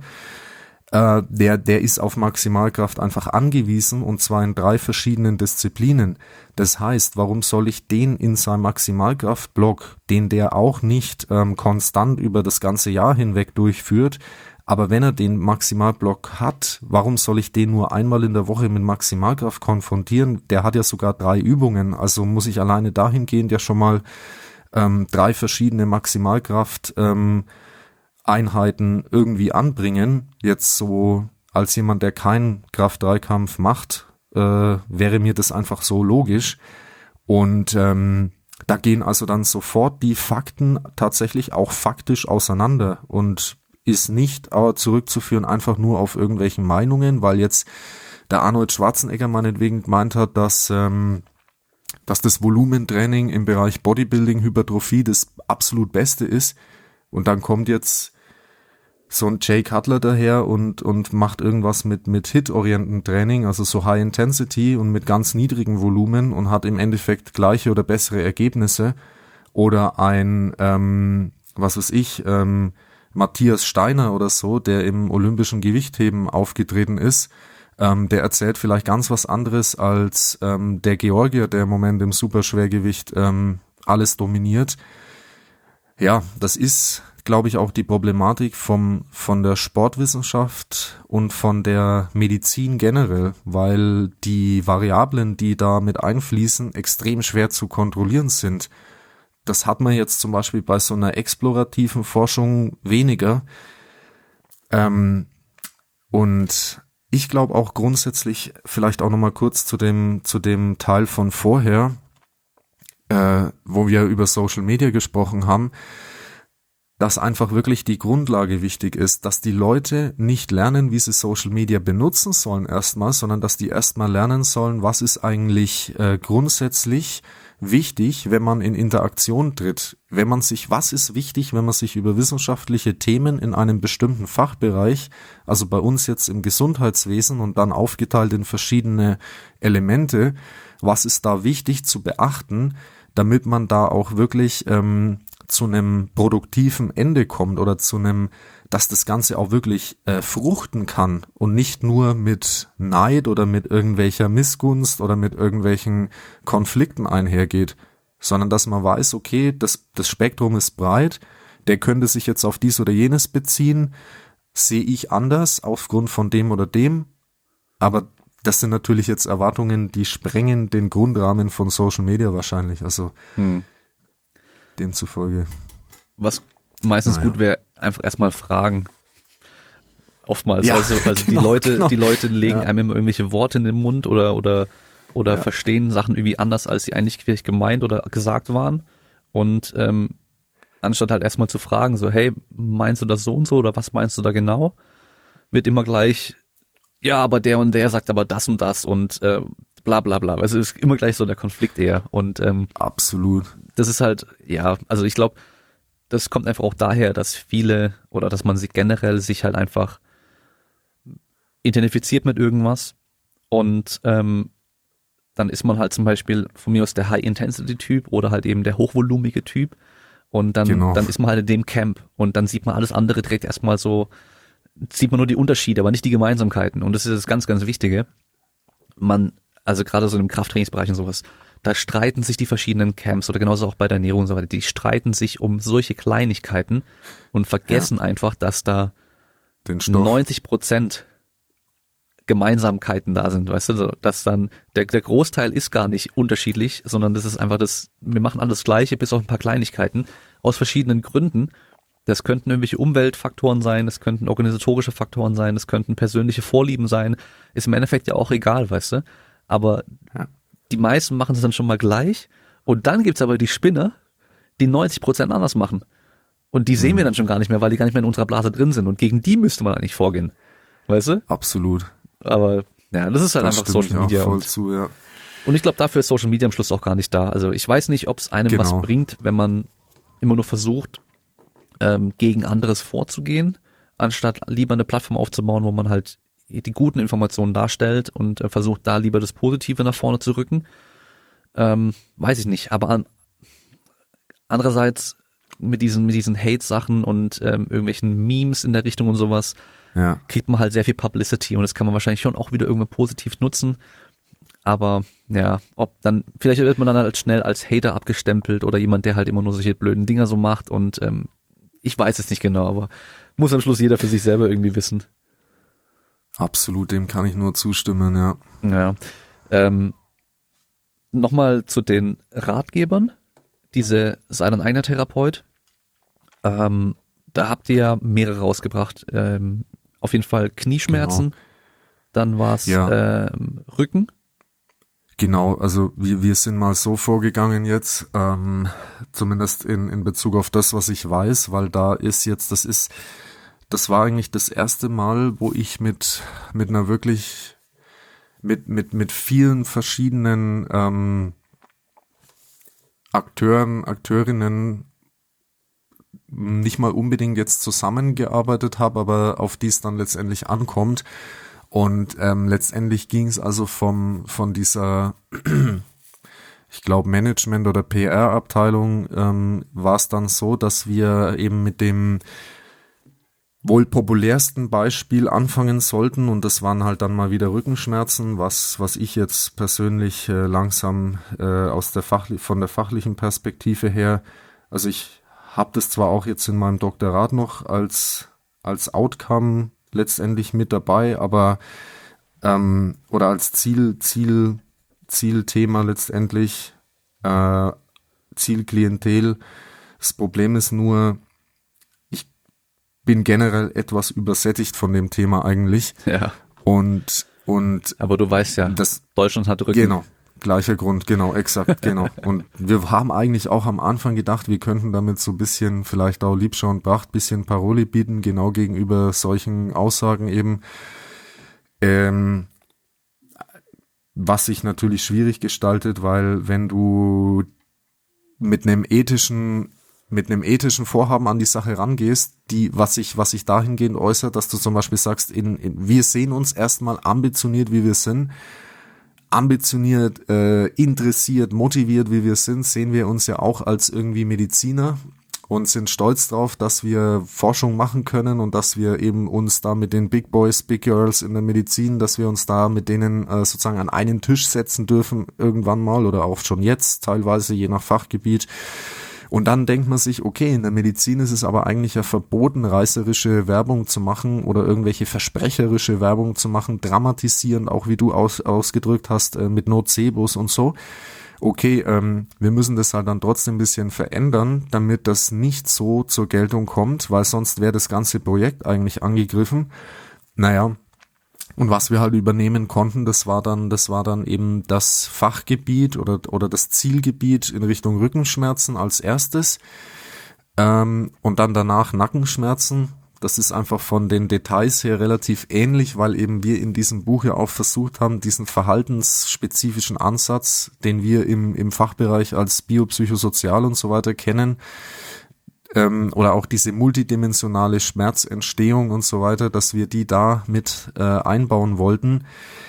Äh, der, der ist auf Maximalkraft einfach angewiesen, und zwar in drei verschiedenen Disziplinen. Das heißt, warum soll ich den in seinem Maximalkraftblock, den der auch nicht ähm, konstant über das ganze Jahr hinweg durchführt, aber wenn er den Maximalblock hat, warum soll ich den nur einmal in der Woche mit Maximalkraft konfrontieren? Der hat ja sogar drei Übungen, also muss ich alleine dahingehend ja schon mal ähm, drei verschiedene Maximalkraft ähm, Einheiten irgendwie anbringen. Jetzt so als jemand, der keinen Kraft drei Kampf macht, äh, wäre mir das einfach so logisch. Und ähm, da gehen also dann sofort die Fakten tatsächlich auch faktisch auseinander und ist nicht aber zurückzuführen einfach nur auf irgendwelchen Meinungen, weil jetzt der Arnold Schwarzenegger meinetwegen gemeint hat, dass ähm, dass das Volumentraining im Bereich Bodybuilding, Hypertrophie das absolut Beste ist, und dann kommt jetzt so ein Jay Cutler daher und und macht irgendwas mit mit Hit-orientierten Training, also so High Intensity und mit ganz niedrigem Volumen, und hat im Endeffekt gleiche oder bessere Ergebnisse. Oder ein ähm, was weiß ich ähm, Matthias Steiner oder so, der im olympischen Gewichtheben aufgetreten ist, ähm, der erzählt vielleicht ganz was anderes als ähm, der Georgier, der im Moment im Superschwergewicht ähm, alles dominiert. Ja, das ist, glaube ich, auch die Problematik vom von der Sportwissenschaft und von der Medizin generell, weil die Variablen, die da mit einfließen, extrem schwer zu kontrollieren sind. Das hat man jetzt zum Beispiel bei so einer explorativen Forschung weniger. Ähm, und ich glaube auch grundsätzlich, vielleicht auch nochmal kurz zu dem zu dem Teil von vorher, äh, wo wir über Social Media gesprochen haben, dass einfach wirklich die Grundlage wichtig ist, dass die Leute nicht lernen, wie sie Social Media benutzen sollen erstmal, sondern dass die erstmal lernen sollen, was ist eigentlich äh, grundsätzlich wichtig, wenn man in Interaktion tritt, wenn man sich, was ist wichtig, wenn man sich über wissenschaftliche Themen in einem bestimmten Fachbereich, also bei uns jetzt im Gesundheitswesen und dann aufgeteilt in verschiedene Elemente, was ist da wichtig zu beachten, damit man da auch wirklich ähm, zu einem produktiven Ende kommt oder zu einem, dass das Ganze auch wirklich äh, fruchten kann und nicht nur mit Neid oder mit irgendwelcher Missgunst oder mit irgendwelchen Konflikten einhergeht, sondern dass man weiß, okay, das, das Spektrum ist breit, der könnte sich jetzt auf dies oder jenes beziehen, sehe ich anders aufgrund von dem oder dem, aber das sind natürlich jetzt Erwartungen, die sprengen den Grundrahmen von Social Media wahrscheinlich, also hm. demzufolge. Was meistens naja. gut wäre, einfach erstmal fragen. Oftmals, ja, also, also genau, die Leute, genau. die Leute legen ja. einem immer irgendwelche Worte in den Mund oder oder oder ja. verstehen Sachen irgendwie anders, als sie eigentlich vielleicht gemeint oder gesagt waren. Und ähm, anstatt halt erstmal zu fragen, so, hey, meinst du das so und so oder was meinst du da genau, wird immer gleich, ja, aber der und der sagt aber das und das und äh, bla bla bla. Also es ist immer gleich so der Konflikt eher. Und ähm, absolut. Das ist halt, ja, also ich glaube, das kommt einfach auch daher, dass viele oder dass man sich generell sich halt einfach identifiziert mit irgendwas und ähm, dann ist man halt zum Beispiel von mir aus der High-Intensity-Typ oder halt eben der hochvolumige Typ und dann, genau. dann ist man halt in dem Camp und dann sieht man alles andere direkt erstmal so, sieht man nur die Unterschiede, aber nicht die Gemeinsamkeiten und das ist das ganz, ganz Wichtige. Man, also gerade so im Krafttrainingsbereich und sowas, da streiten sich die verschiedenen Camps oder genauso auch bei der Ernährung und so weiter, die streiten sich um solche Kleinigkeiten und vergessen ja. einfach, dass da neunzig Prozent Gemeinsamkeiten da sind, weißt du, dass dann der, der Großteil ist gar nicht unterschiedlich, sondern das ist einfach das, wir machen alles Gleiche, bis auf ein paar Kleinigkeiten, aus verschiedenen Gründen. Das könnten irgendwelche Umweltfaktoren sein, das könnten organisatorische Faktoren sein, das könnten persönliche Vorlieben sein, ist im Endeffekt ja auch egal, weißt du, aber ja. die meisten machen es dann schon mal gleich und dann gibt's aber die Spinner, die neunzig Prozent anders machen und die sehen mhm. wir dann schon gar nicht mehr, weil die gar nicht mehr in unserer Blase drin sind und gegen die müsste man eigentlich vorgehen, weißt du? Absolut. Aber ja, das ist halt das einfach Social Media. Voll und, zu, ja. und ich glaube, dafür ist Social Media am Schluss auch gar nicht da. Also ich weiß nicht, ob es einem genau. was bringt, wenn man immer nur versucht, ähm, gegen anderes vorzugehen, anstatt lieber eine Plattform aufzubauen, wo man halt die guten Informationen darstellt und äh, versucht, da lieber das Positive nach vorne zu rücken. Ähm, weiß ich nicht. Aber an, andererseits mit diesen, mit diesen Hate-Sachen und ähm, irgendwelchen Memes in der Richtung und sowas, ja. kriegt man halt sehr viel Publicity und das kann man wahrscheinlich schon auch wieder irgendwie positiv nutzen. Aber ja, ob dann, vielleicht wird man dann halt schnell als Hater abgestempelt oder jemand, der halt immer nur solche blöden Dinger so macht und ähm, ich weiß es nicht genau, aber muss am Schluss jeder für sich selber irgendwie wissen. Absolut, dem kann ich nur zustimmen, ja. Ja. Ähm, Nochmal zu den Ratgebern. Diese sei dein eigener Therapeut. Ähm, da habt ihr ja mehrere rausgebracht. Ähm, auf jeden Fall Knieschmerzen, genau. Dann war es ja. ähm, Rücken. Genau, also wir, wir sind mal so vorgegangen jetzt, ähm, zumindest in, in Bezug auf das, was ich weiß, weil da ist jetzt, das ist, das war eigentlich das erste Mal, wo ich mit mit einer wirklich, mit mit mit vielen verschiedenen ähm, Akteuren, Akteurinnen nicht mal unbedingt jetzt zusammengearbeitet habe, aber auf die es dann letztendlich ankommt. Und ähm, letztendlich ging es also vom von dieser, ich glaube, Management- oder P R-Abteilung ähm, war es dann so, dass wir eben mit dem wohl populärsten Beispiel anfangen sollten und das waren halt dann mal wieder Rückenschmerzen, was was ich jetzt persönlich äh, langsam äh, aus der Fachli- von der fachlichen Perspektive her, also ich habe das zwar auch jetzt in meinem Doktorat noch als als Outcome letztendlich mit dabei, aber ähm, oder als Ziel Ziel Zielthema letztendlich äh, Zielklientel. Das Problem ist nur, bin generell etwas übersättigt von dem Thema eigentlich. Ja. Und, und. Aber du weißt ja, das, Deutschland hat Rücken. Genau. Gleicher Grund, genau, exakt, genau. Und wir haben eigentlich auch am Anfang gedacht, wir könnten damit so ein bisschen, vielleicht auch Liebschau und Pracht, bisschen Paroli bieten, genau gegenüber solchen Aussagen eben. Ähm, was sich natürlich schwierig gestaltet, weil wenn du mit einem ethischen mit einem ethischen Vorhaben an die Sache rangehst, die, was sich, was sich dahingehend äußert, dass du zum Beispiel sagst, in, in, wir sehen uns erstmal ambitioniert, wie wir sind, ambitioniert, äh, interessiert, motiviert, wie wir sind, sehen wir uns ja auch als irgendwie Mediziner und sind stolz drauf, dass wir Forschung machen können und dass wir eben uns da mit den Big Boys, Big Girls in der Medizin, dass wir uns da mit denen äh, sozusagen an einen Tisch setzen dürfen irgendwann mal oder auch schon jetzt, teilweise je nach Fachgebiet. Und dann denkt man sich, okay, in der Medizin ist es aber eigentlich ja verboten, reißerische Werbung zu machen oder irgendwelche versprecherische Werbung zu machen, dramatisierend, auch wie du aus, ausgedrückt hast, äh, mit Nocebos und so. Okay, ähm, wir müssen das halt dann trotzdem ein bisschen verändern, damit das nicht so zur Geltung kommt, weil sonst wäre das ganze Projekt eigentlich angegriffen. Naja, und was wir halt übernehmen konnten, das war dann, das war dann eben das Fachgebiet oder oder das Zielgebiet in Richtung Rückenschmerzen als erstes, ähm, und dann danach Nackenschmerzen. Das ist einfach von den Details her relativ ähnlich, weil eben wir in diesem Buch ja auch versucht haben, diesen verhaltensspezifischen Ansatz, den wir im im Fachbereich als biopsychosozial und so weiter kennen, Ähm, oder auch diese multidimensionale Schmerzentstehung und so weiter, dass wir die da mit äh, einbauen wollten.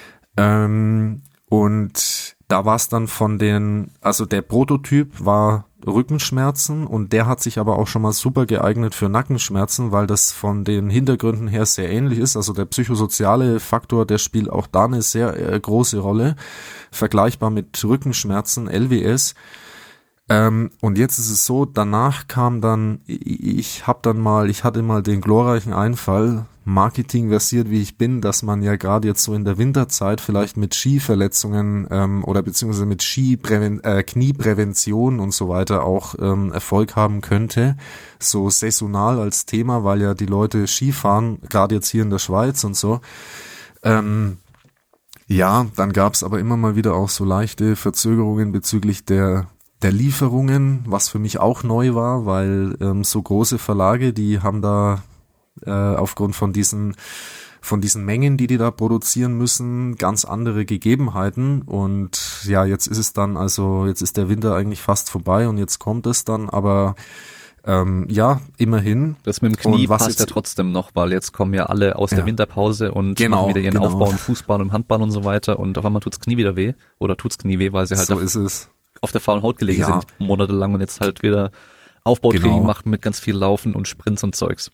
Ähm, und da war es dann von den, also der Prototyp war Rückenschmerzen und der hat sich aber auch schon mal super geeignet für Nackenschmerzen, weil das von den Hintergründen her sehr ähnlich ist. Also der psychosoziale Faktor, der spielt auch da eine sehr äh, große Rolle, vergleichbar mit Rückenschmerzen, L W S. Ähm, und jetzt ist es so, danach kam dann, ich hab dann mal, ich hatte mal den glorreichen Einfall, Marketing versiert wie ich bin, dass man ja gerade jetzt so in der Winterzeit vielleicht mit Skiverletzungen ähm, oder beziehungsweise mit Skipräven- äh, Knieprävention und so weiter auch ähm, Erfolg haben könnte, so saisonal als Thema, weil ja die Leute Skifahren, gerade jetzt hier in der Schweiz und so. Ähm, ja, dann gab's aber immer mal wieder auch so leichte Verzögerungen bezüglich der der Lieferungen, was für mich auch neu war, weil ähm, so große Verlage, die haben da äh, aufgrund von diesen von diesen Mengen, die die da produzieren müssen, ganz andere Gegebenheiten. Und ja, jetzt ist es dann, also jetzt ist der Winter eigentlich fast vorbei und jetzt kommt es dann, aber ähm, ja, immerhin. Das mit dem Knie passt ja trotzdem noch, weil jetzt kommen ja alle aus ja. der Winterpause und genau, machen wieder ihren genau. Aufbau im Fußball und Handball und so weiter und auf einmal tut's Knie wieder weh oder tut's Knie weh, weil sie halt so ist es. auf der faulen Haut gelegen ja. sind, monatelang und jetzt halt wieder Aufbautraining genau. machen mit ganz viel Laufen und Sprints und Zeugs.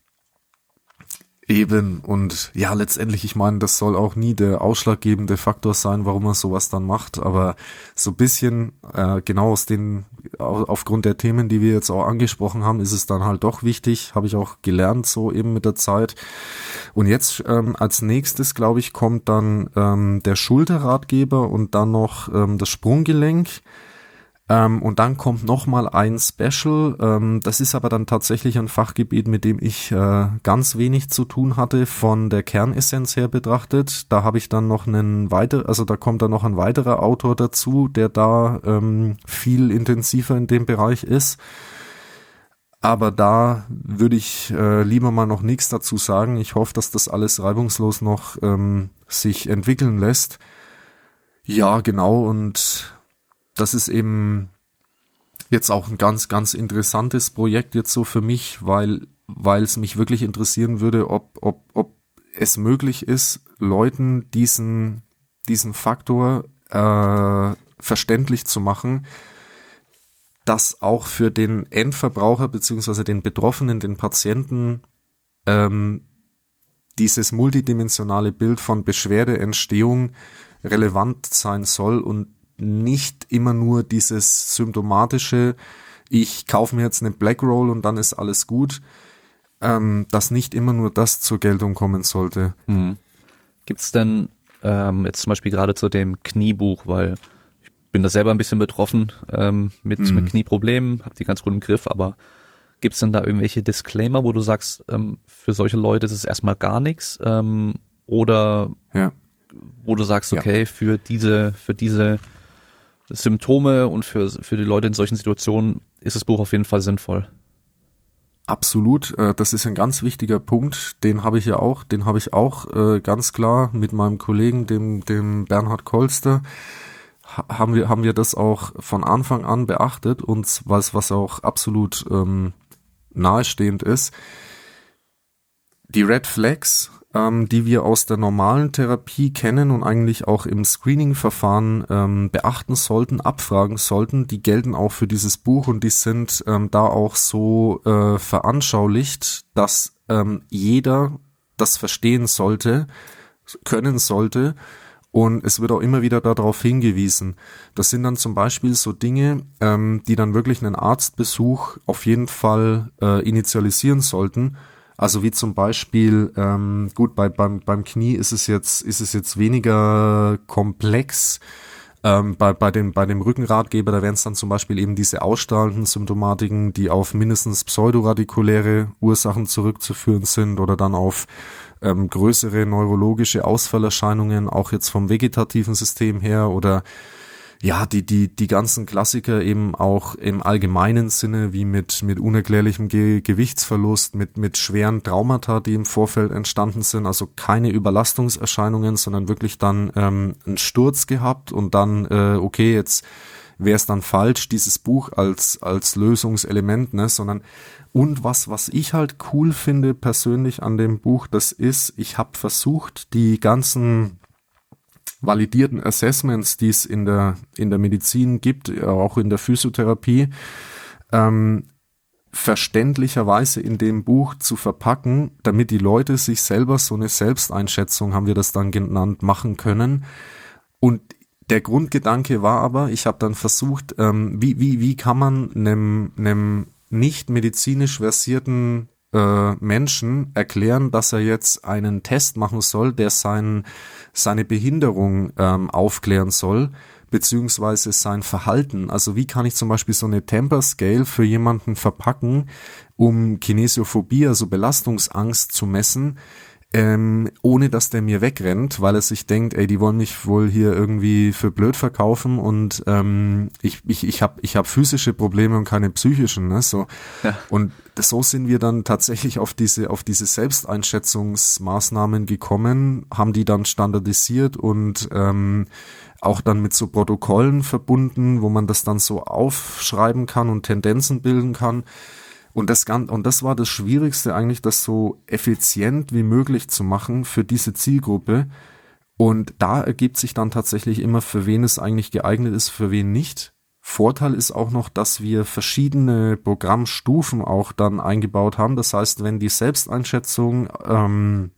Eben, und ja, letztendlich, ich meine, das soll auch nie der ausschlaggebende Faktor sein, warum man sowas dann macht, aber so ein bisschen, äh, genau aus den, aufgrund der Themen, die wir jetzt auch angesprochen haben, ist es dann halt doch wichtig, habe ich auch gelernt, so eben mit der Zeit. Und jetzt ähm, als nächstes, glaube ich, kommt dann ähm, der Schulterratgeber und dann noch ähm, das Sprunggelenk. Ähm, und dann kommt noch mal ein Special, ähm, das ist aber dann tatsächlich ein Fachgebiet, mit dem ich äh, ganz wenig zu tun hatte, von der Kernessenz her betrachtet. Da habe ich dann noch einen weiter, also da kommt dann noch ein weiterer Autor dazu, der da ähm, viel intensiver in dem Bereich ist. Aber da würde ich äh, lieber mal noch nichts dazu sagen. Ich hoffe, dass das alles reibungslos noch ähm, sich entwickeln lässt. Ja, genau, und das ist eben jetzt auch ein ganz, ganz interessantes Projekt jetzt so für mich, weil, weil es mich wirklich interessieren würde, ob, ob, ob es möglich ist, Leuten diesen, diesen Faktor äh, verständlich zu machen, dass auch für den Endverbraucher beziehungsweise den Betroffenen, den Patienten, ähm, dieses multidimensionale Bild von Beschwerdeentstehung relevant sein soll und nicht immer nur dieses symptomatische, ich kaufe mir jetzt eine Black Roll und dann ist alles gut, ähm, dass nicht immer nur das zur Geltung kommen sollte. Mhm. Gibt's denn ähm, jetzt zum Beispiel gerade zu dem Kniebuch, weil ich bin da selber ein bisschen betroffen ähm, mit, mhm. mit Knieproblemen, habe die ganz gut im Griff, aber gibt's denn da irgendwelche Disclaimer, wo du sagst, ähm, für solche Leute ist es erstmal gar nichts, ähm, oder ja. wo du sagst, okay, ja. für diese, für diese Symptome und für für die Leute in solchen Situationen ist das Buch auf jeden Fall sinnvoll. Absolut, das ist ein ganz wichtiger Punkt, den habe ich ja auch, den habe ich auch ganz klar mit meinem Kollegen, dem dem Bernhard Kolster, haben wir haben wir das auch von Anfang an beachtet und was was auch absolut ähm, nahestehend ist. Die Red Flags ähm, die wir aus der normalen Therapie kennen und eigentlich auch im Screening-Verfahren ähm, beachten sollten, abfragen sollten, die gelten auch für dieses Buch und die sind ähm, da auch so äh, veranschaulicht, dass ähm, jeder das verstehen sollte, können sollte. Und es wird auch immer wieder darauf hingewiesen. Das sind dann zum Beispiel so Dinge, ähm, die dann wirklich einen Arztbesuch auf jeden Fall äh, initialisieren sollten. Also wie zum Beispiel, ähm, gut, bei, beim, beim Knie ist es jetzt, ist es jetzt weniger komplex. Ähm, bei, bei dem, bei dem Rückenratgeber, da wären es dann zum Beispiel eben diese ausstrahlenden Symptomatiken, die auf mindestens pseudoradikuläre Ursachen zurückzuführen sind oder dann auf ähm, größere neurologische Ausfallerscheinungen, auch jetzt vom vegetativen System her oder ja, die, die, die ganzen Klassiker eben auch im allgemeinen Sinne, wie mit, mit unerklärlichem Ge- Gewichtsverlust, mit, mit schweren Traumata, die im Vorfeld entstanden sind, also keine Überlastungserscheinungen, sondern wirklich dann, ähm, einen Sturz gehabt und dann, äh, okay, jetzt wäre es dann falsch, dieses Buch als, als Lösungselement, ne, sondern, und was, was ich halt cool finde persönlich an dem Buch, das ist, ich habe versucht, die ganzen validierten Assessments, die es in der in der Medizin gibt, auch in der Physiotherapie, ähm, verständlicherweise in dem Buch zu verpacken, damit die Leute sich selber so eine Selbsteinschätzung, haben wir das dann genannt, machen können. Und der Grundgedanke war aber, ich habe dann versucht, ähm, wie wie wie kann man einem einem nicht medizinisch versierten äh, Menschen erklären, dass er jetzt einen Test machen soll, der sein, seine Behinderung ähm, aufklären soll, beziehungsweise sein Verhalten. Also wie kann ich zum Beispiel so eine Temper Scale für jemanden verpacken, um Kinesiophobie, also Belastungsangst zu messen, ähm, ohne dass der mir wegrennt, weil er sich denkt, ey, die wollen mich wohl hier irgendwie für blöd verkaufen und ähm, ich ich ich habe ich hab physische Probleme und keine psychischen, ne, so. Ja. Und so sind wir dann tatsächlich auf diese auf diese Selbsteinschätzungsmaßnahmen gekommen, haben die dann standardisiert und ähm, auch dann mit so Protokollen verbunden, wo man das dann so aufschreiben kann und Tendenzen bilden kann. Und das, und das war das Schwierigste eigentlich, das so effizient wie möglich zu machen für diese Zielgruppe. Und da ergibt sich dann tatsächlich immer, für wen es eigentlich geeignet ist, für wen nicht. Vorteil ist auch noch, dass wir verschiedene Programmstufen auch dann eingebaut haben. Das heißt, wenn die Selbsteinschätzung ähm,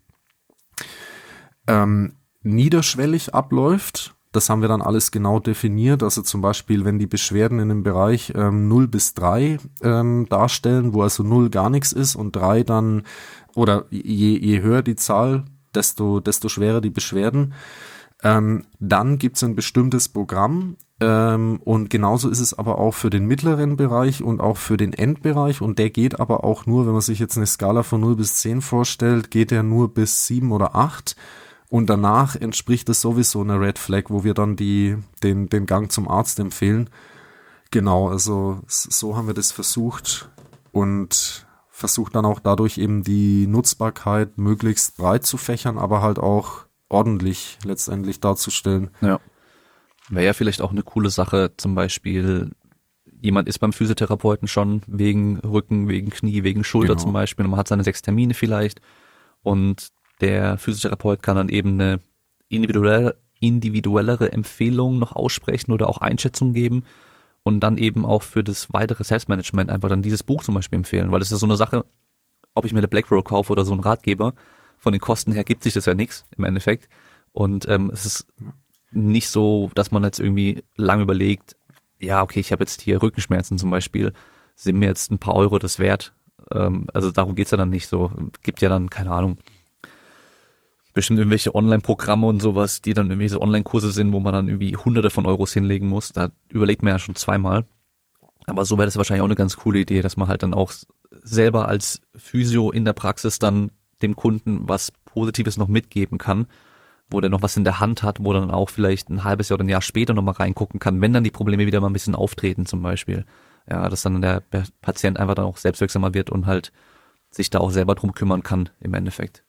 ähm, niederschwellig abläuft, das haben wir dann alles genau definiert, also zum Beispiel, wenn die Beschwerden in dem Bereich ähm, null bis drei ähm, darstellen, wo also null gar nichts ist und drei dann, oder je, je höher die Zahl, desto, desto schwerer die Beschwerden, ähm, dann gibt's ein bestimmtes Programm ähm, und genauso ist es aber auch für den mittleren Bereich und auch für den Endbereich und der geht aber auch nur, wenn man sich jetzt eine Skala von null bis zehn vorstellt, geht der nur bis sieben oder acht. Und danach entspricht es sowieso einer Red Flag, wo wir dann die, den, den Gang zum Arzt empfehlen. Genau, also so haben wir das versucht und versucht dann auch dadurch eben die Nutzbarkeit möglichst breit zu fächern, aber halt auch ordentlich letztendlich darzustellen. Ja, wäre ja vielleicht auch eine coole Sache, zum Beispiel jemand ist beim Physiotherapeuten schon wegen Rücken, wegen Knie, wegen Schulter genau. Zum Beispiel und man hat seine sechs Termine vielleicht und der Physiotherapeut kann dann eben eine individuelle, individuellere Empfehlung noch aussprechen oder auch Einschätzung geben und dann eben auch für das weitere Selbstmanagement einfach dann dieses Buch zum Beispiel empfehlen, weil das ist so eine Sache, ob ich mir eine Blackroll kaufe oder so einen Ratgeber, von den Kosten her gibt sich das ja nichts im Endeffekt und ähm, es ist nicht so, dass man jetzt irgendwie lang überlegt, ja okay, ich habe jetzt hier Rückenschmerzen zum Beispiel, sind mir jetzt ein paar Euro das wert, ähm, also darum geht's ja dann nicht so, gibt ja dann, keine Ahnung, bestimmt irgendwelche Online-Programme und sowas, die dann irgendwelche Online-Kurse sind, wo man dann irgendwie hunderte von Euros hinlegen muss. Da überlegt man ja schon zweimal. Aber so wäre das wahrscheinlich auch eine ganz coole Idee, dass man halt dann auch selber als Physio in der Praxis dann dem Kunden was Positives noch mitgeben kann, wo der noch was in der Hand hat, wo dann auch vielleicht ein halbes Jahr oder ein Jahr später nochmal reingucken kann, wenn dann die Probleme wieder mal ein bisschen auftreten zum Beispiel. Ja, dass dann der Patient einfach dann auch selbstwirksamer wird und halt sich da auch selber drum kümmern kann im Endeffekt.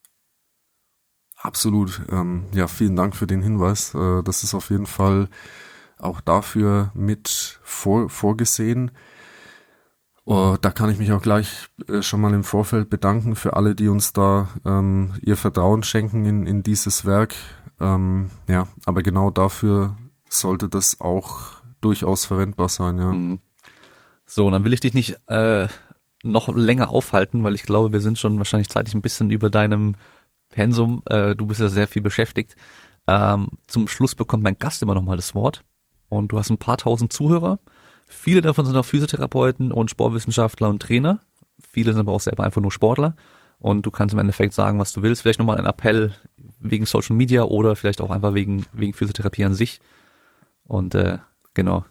Absolut. Ähm, ja, vielen Dank für den Hinweis. Äh, das ist auf jeden Fall auch dafür mit vor, vorgesehen. Oh, da kann ich mich auch gleich äh, schon mal im Vorfeld bedanken für alle, die uns da ähm, ihr Vertrauen schenken in, in dieses Werk. Ähm, ja, aber genau dafür sollte das auch durchaus verwendbar sein, ja. Mhm. So, dann will ich dich nicht äh, noch länger aufhalten, weil ich glaube, wir sind schon wahrscheinlich zeitlich ein bisschen über deinem Pensum. Äh, du bist ja sehr viel beschäftigt. Ähm, zum Schluss bekommt mein Gast immer noch mal das Wort. Und du hast ein paar tausend Zuhörer. Viele davon sind auch Physiotherapeuten und Sportwissenschaftler und Trainer. Viele sind aber auch selber einfach nur Sportler. Und du kannst im Endeffekt sagen, was du willst. Vielleicht nochmal ein Appell wegen Social Media oder vielleicht auch einfach wegen, wegen Physiotherapie an sich. Und äh, genau.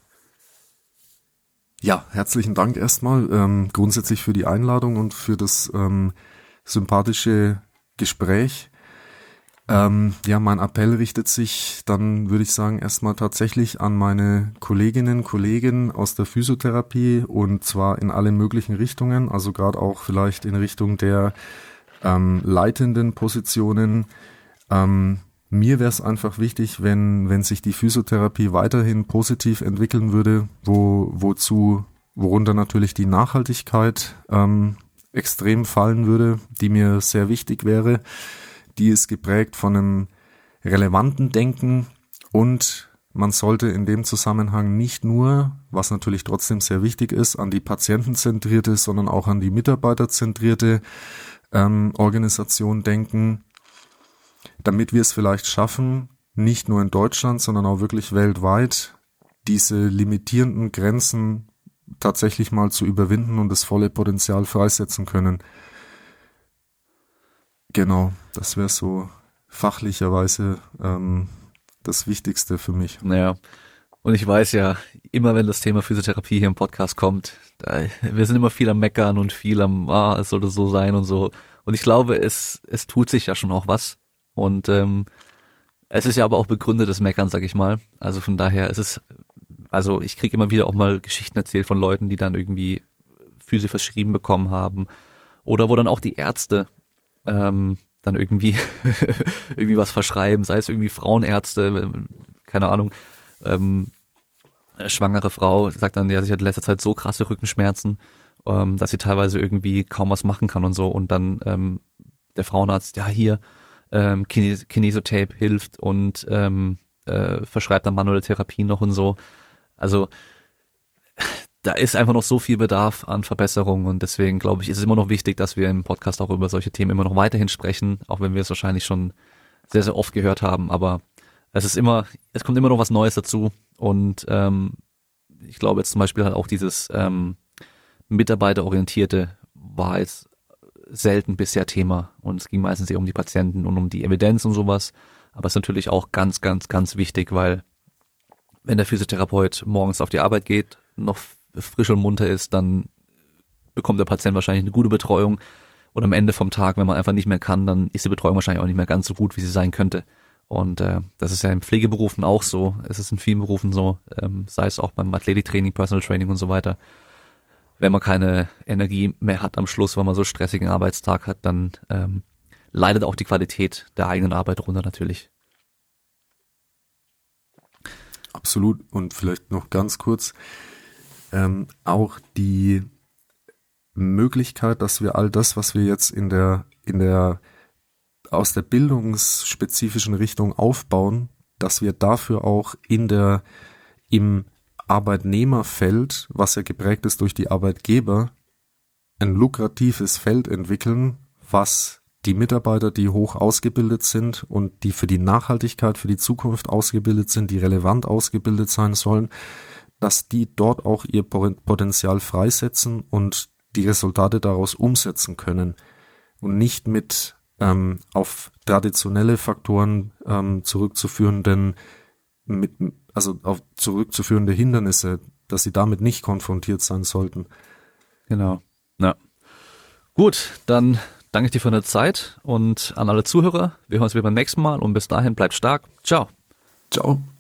Ja, herzlichen Dank erstmal ähm, grundsätzlich für die Einladung und für das ähm, sympathische Gespräch. Ähm, ja, mein Appell richtet sich dann, würde ich sagen, erstmal tatsächlich an meine Kolleginnen, Kollegen aus der Physiotherapie und zwar in alle möglichen Richtungen, also gerade auch vielleicht in Richtung der ähm, leitenden Positionen. Ähm, mir wäre es einfach wichtig, wenn wenn sich die Physiotherapie weiterhin positiv entwickeln würde, wo wozu worunter natürlich die Nachhaltigkeit ähm, extrem fallen würde, die mir sehr wichtig wäre. Die ist geprägt von einem relevanten Denken und man sollte in dem Zusammenhang nicht nur, was natürlich trotzdem sehr wichtig ist, an die patientenzentrierte, sondern auch an die mitarbeiterzentrierte ähm, Organisation denken, damit wir es vielleicht schaffen, nicht nur in Deutschland, sondern auch wirklich weltweit, diese limitierenden Grenzen tatsächlich mal zu überwinden und das volle Potenzial freisetzen können. Genau, das wäre so fachlicherweise ähm, das Wichtigste für mich. Naja, und ich weiß ja, immer wenn das Thema Physiotherapie hier im Podcast kommt, da, wir sind immer viel am Meckern und viel am, ah, es sollte so sein und so. Und ich glaube, es es tut sich ja schon auch was. Und ähm, es ist ja aber auch begründetes Meckern, sag ich mal. Also von daher ist es, also ich kriege immer wieder auch mal Geschichten erzählt von Leuten, die dann irgendwie Physio verschrieben bekommen haben. Oder wo dann auch die Ärzte ähm, dann irgendwie irgendwie was verschreiben, sei es irgendwie Frauenärzte, keine Ahnung, ähm, eine schwangere Frau sagt dann, ja, sie hat in letzter Zeit so krasse Rückenschmerzen, ähm, dass sie teilweise irgendwie kaum was machen kann und so und dann ähm, der Frauenarzt, ja hier, ähm, Kines- Kinesiotape hilft und ähm, äh, verschreibt dann manuelle Therapien noch und so. Also da ist einfach noch so viel Bedarf an Verbesserung und deswegen glaube ich, ist es immer noch wichtig, dass wir im Podcast auch über solche Themen immer noch weiterhin sprechen, auch wenn wir es wahrscheinlich schon sehr, sehr oft gehört haben, aber es ist immer, es kommt immer noch was Neues dazu und ähm, ich glaube jetzt zum Beispiel halt auch dieses ähm, Mitarbeiterorientierte war jetzt selten bisher Thema und es ging meistens eher um die Patienten und um die Evidenz und sowas, aber es ist natürlich auch ganz, ganz, ganz wichtig, weil wenn der Physiotherapeut morgens auf die Arbeit geht, noch frisch und munter ist, dann bekommt der Patient wahrscheinlich eine gute Betreuung und am Ende vom Tag, wenn man einfach nicht mehr kann, dann ist die Betreuung wahrscheinlich auch nicht mehr ganz so gut, wie sie sein könnte. Und äh, das ist ja in Pflegeberufen auch so, es ist in vielen Berufen so, ähm, sei es auch beim Athletiktraining, Personal Training und so weiter. Wenn man keine Energie mehr hat am Schluss, weil man so stressigen Arbeitstag hat, dann ähm, leidet auch die Qualität der eigenen Arbeit runter natürlich. Absolut. Und vielleicht noch ganz kurz, ähm, auch die Möglichkeit, dass wir all das, was wir jetzt in der, in der, aus der bildungsspezifischen Richtung aufbauen, dass wir dafür auch in der, im Arbeitnehmerfeld, was ja geprägt ist durch die Arbeitgeber, ein lukratives Feld entwickeln, was die Mitarbeiter, die hoch ausgebildet sind und die für die Nachhaltigkeit, für die Zukunft ausgebildet sind, die relevant ausgebildet sein sollen, dass die dort auch ihr Potenzial freisetzen und die Resultate daraus umsetzen können und nicht mit ähm, auf traditionelle Faktoren ähm, zurückzuführenden, mit, also auf zurückzuführende Hindernisse, dass sie damit nicht konfrontiert sein sollten. Genau. Ja. Gut, dann danke ich dir für deine Zeit und an alle Zuhörer. Wir hören uns wieder beim nächsten Mal und bis dahin bleibt stark. Ciao. Ciao.